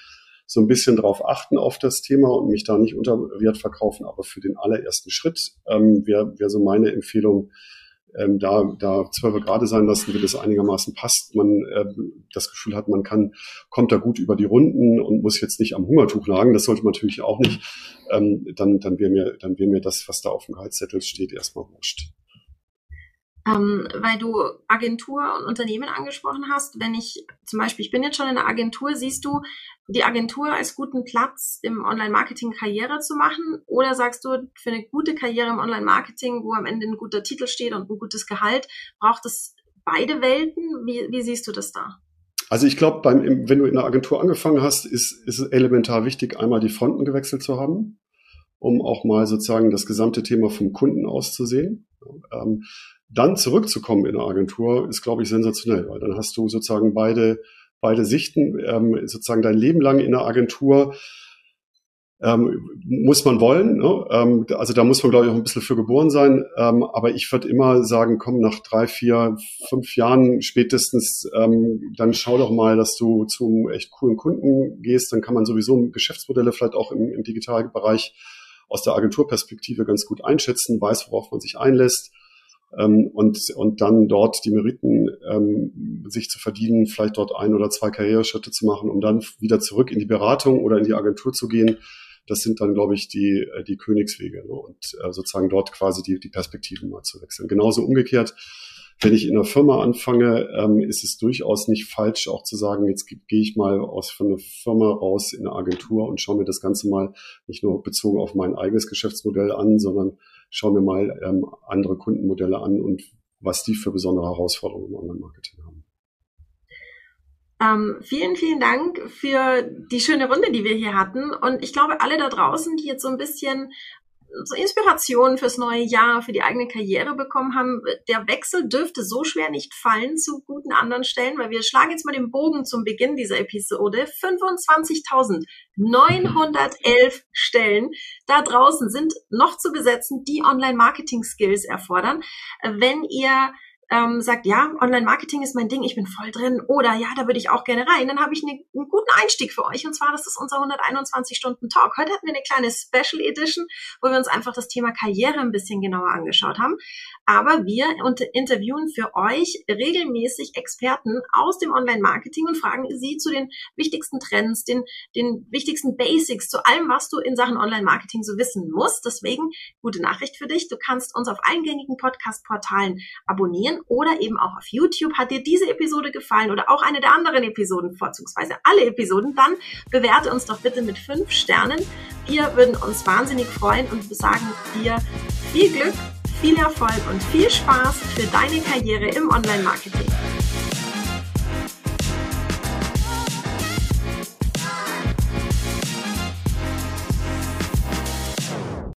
so ein bisschen drauf achten auf das Thema und mich da nicht unter Wert verkaufen, aber für den allerersten Schritt ähm, wäre wär so meine Empfehlung, ähm, da da zwölf gerade sein lassen, wenn es einigermaßen passt, man ähm, das Gefühl hat, man kann kommt da gut über die Runden und muss jetzt nicht am Hungertuch nagen, das sollte man natürlich auch nicht, ähm, dann dann wäre mir dann wäre mir das, was da auf dem Gehaltszettel steht, erstmal wurscht. Ähm, weil du Agentur und Unternehmen angesprochen hast, wenn ich zum Beispiel, ich bin jetzt schon in der Agentur, siehst du die Agentur als guten Platz im Online-Marketing Karriere zu machen, oder sagst du, für eine gute Karriere im Online-Marketing, wo am Ende ein guter Titel steht und ein gutes Gehalt, braucht es beide Welten? Wie, wie siehst du das da? Also ich glaube, beim wenn du in der Agentur angefangen hast, ist, ist es elementar wichtig, einmal die Fronten gewechselt zu haben, um auch mal sozusagen das gesamte Thema vom Kunden aus zu sehen. Ähm, dann zurückzukommen in eine Agentur ist, glaube ich, sensationell, weil dann hast du sozusagen beide beide Sichten, ähm, sozusagen dein Leben lang in der Agentur ähm, muss man wollen, ne? ähm, also da muss man, glaube ich, auch ein bisschen für geboren sein, ähm, aber ich würde immer sagen, komm, nach drei, vier, fünf Jahren spätestens, ähm, dann schau doch mal, dass du zum echt coolen Kunden gehst, dann kann man sowieso Geschäftsmodelle vielleicht auch im, im digitalen Bereich aus der Agenturperspektive ganz gut einschätzen, weiß, worauf man sich einlässt. Ähm, und, und dann dort die Meriten ähm, sich zu verdienen, vielleicht dort ein oder zwei Karriereschritte zu machen, um dann wieder zurück in die Beratung oder in die Agentur zu gehen. Das sind dann, glaube ich, die, die Königswege, ne? Und äh, sozusagen dort quasi die, die Perspektiven mal zu wechseln. Genauso umgekehrt, wenn ich in einer Firma anfange, ähm, ist es durchaus nicht falsch, auch zu sagen, jetzt gehe ich mal aus von einer Firma raus in eine Agentur und schaue mir das Ganze mal nicht nur bezogen auf mein eigenes Geschäftsmodell an, sondern schaue mir mal ähm, andere Kundenmodelle an und was die für besondere Herausforderungen im Online-Marketing haben. Ähm, vielen, vielen Dank für die schöne Runde, die wir hier hatten. Und ich glaube, alle da draußen, die jetzt so ein bisschen so Inspiration fürs neue Jahr, für die eigene Karriere bekommen haben, der Wechsel dürfte so schwer nicht fallen zu guten anderen Stellen, weil wir schlagen jetzt mal den Bogen zum Beginn dieser Episode. fünfundzwanzigtausendneunhundertelf Stellen da draußen sind noch zu besetzen, die Online-Marketing-Skills erfordern. Wenn ihr Ähm, sagt, ja, Online-Marketing ist mein Ding, ich bin voll drin, oder ja, da würde ich auch gerne rein, dann habe ich eine, einen guten Einstieg für euch, und zwar, das ist unser hunderteinundzwanzig Stunden Talk. Heute hatten wir eine kleine Special Edition, wo wir uns einfach das Thema Karriere ein bisschen genauer angeschaut haben, aber wir interviewen für euch regelmäßig Experten aus dem Online-Marketing und fragen sie zu den wichtigsten Trends, den, den wichtigsten Basics, zu allem, was du in Sachen Online-Marketing so wissen musst. Deswegen, gute Nachricht für dich, du kannst uns auf allen gängigen Podcast-Portalen abonnieren oder eben auch auf YouTube. Hat dir diese Episode gefallen oder auch eine der anderen Episoden, vorzugsweise alle Episoden, dann bewerte uns doch bitte mit fünf Sternen. Wir würden uns wahnsinnig freuen und sagen dir viel Glück, viel Erfolg und viel Spaß für deine Karriere im Online-Marketing.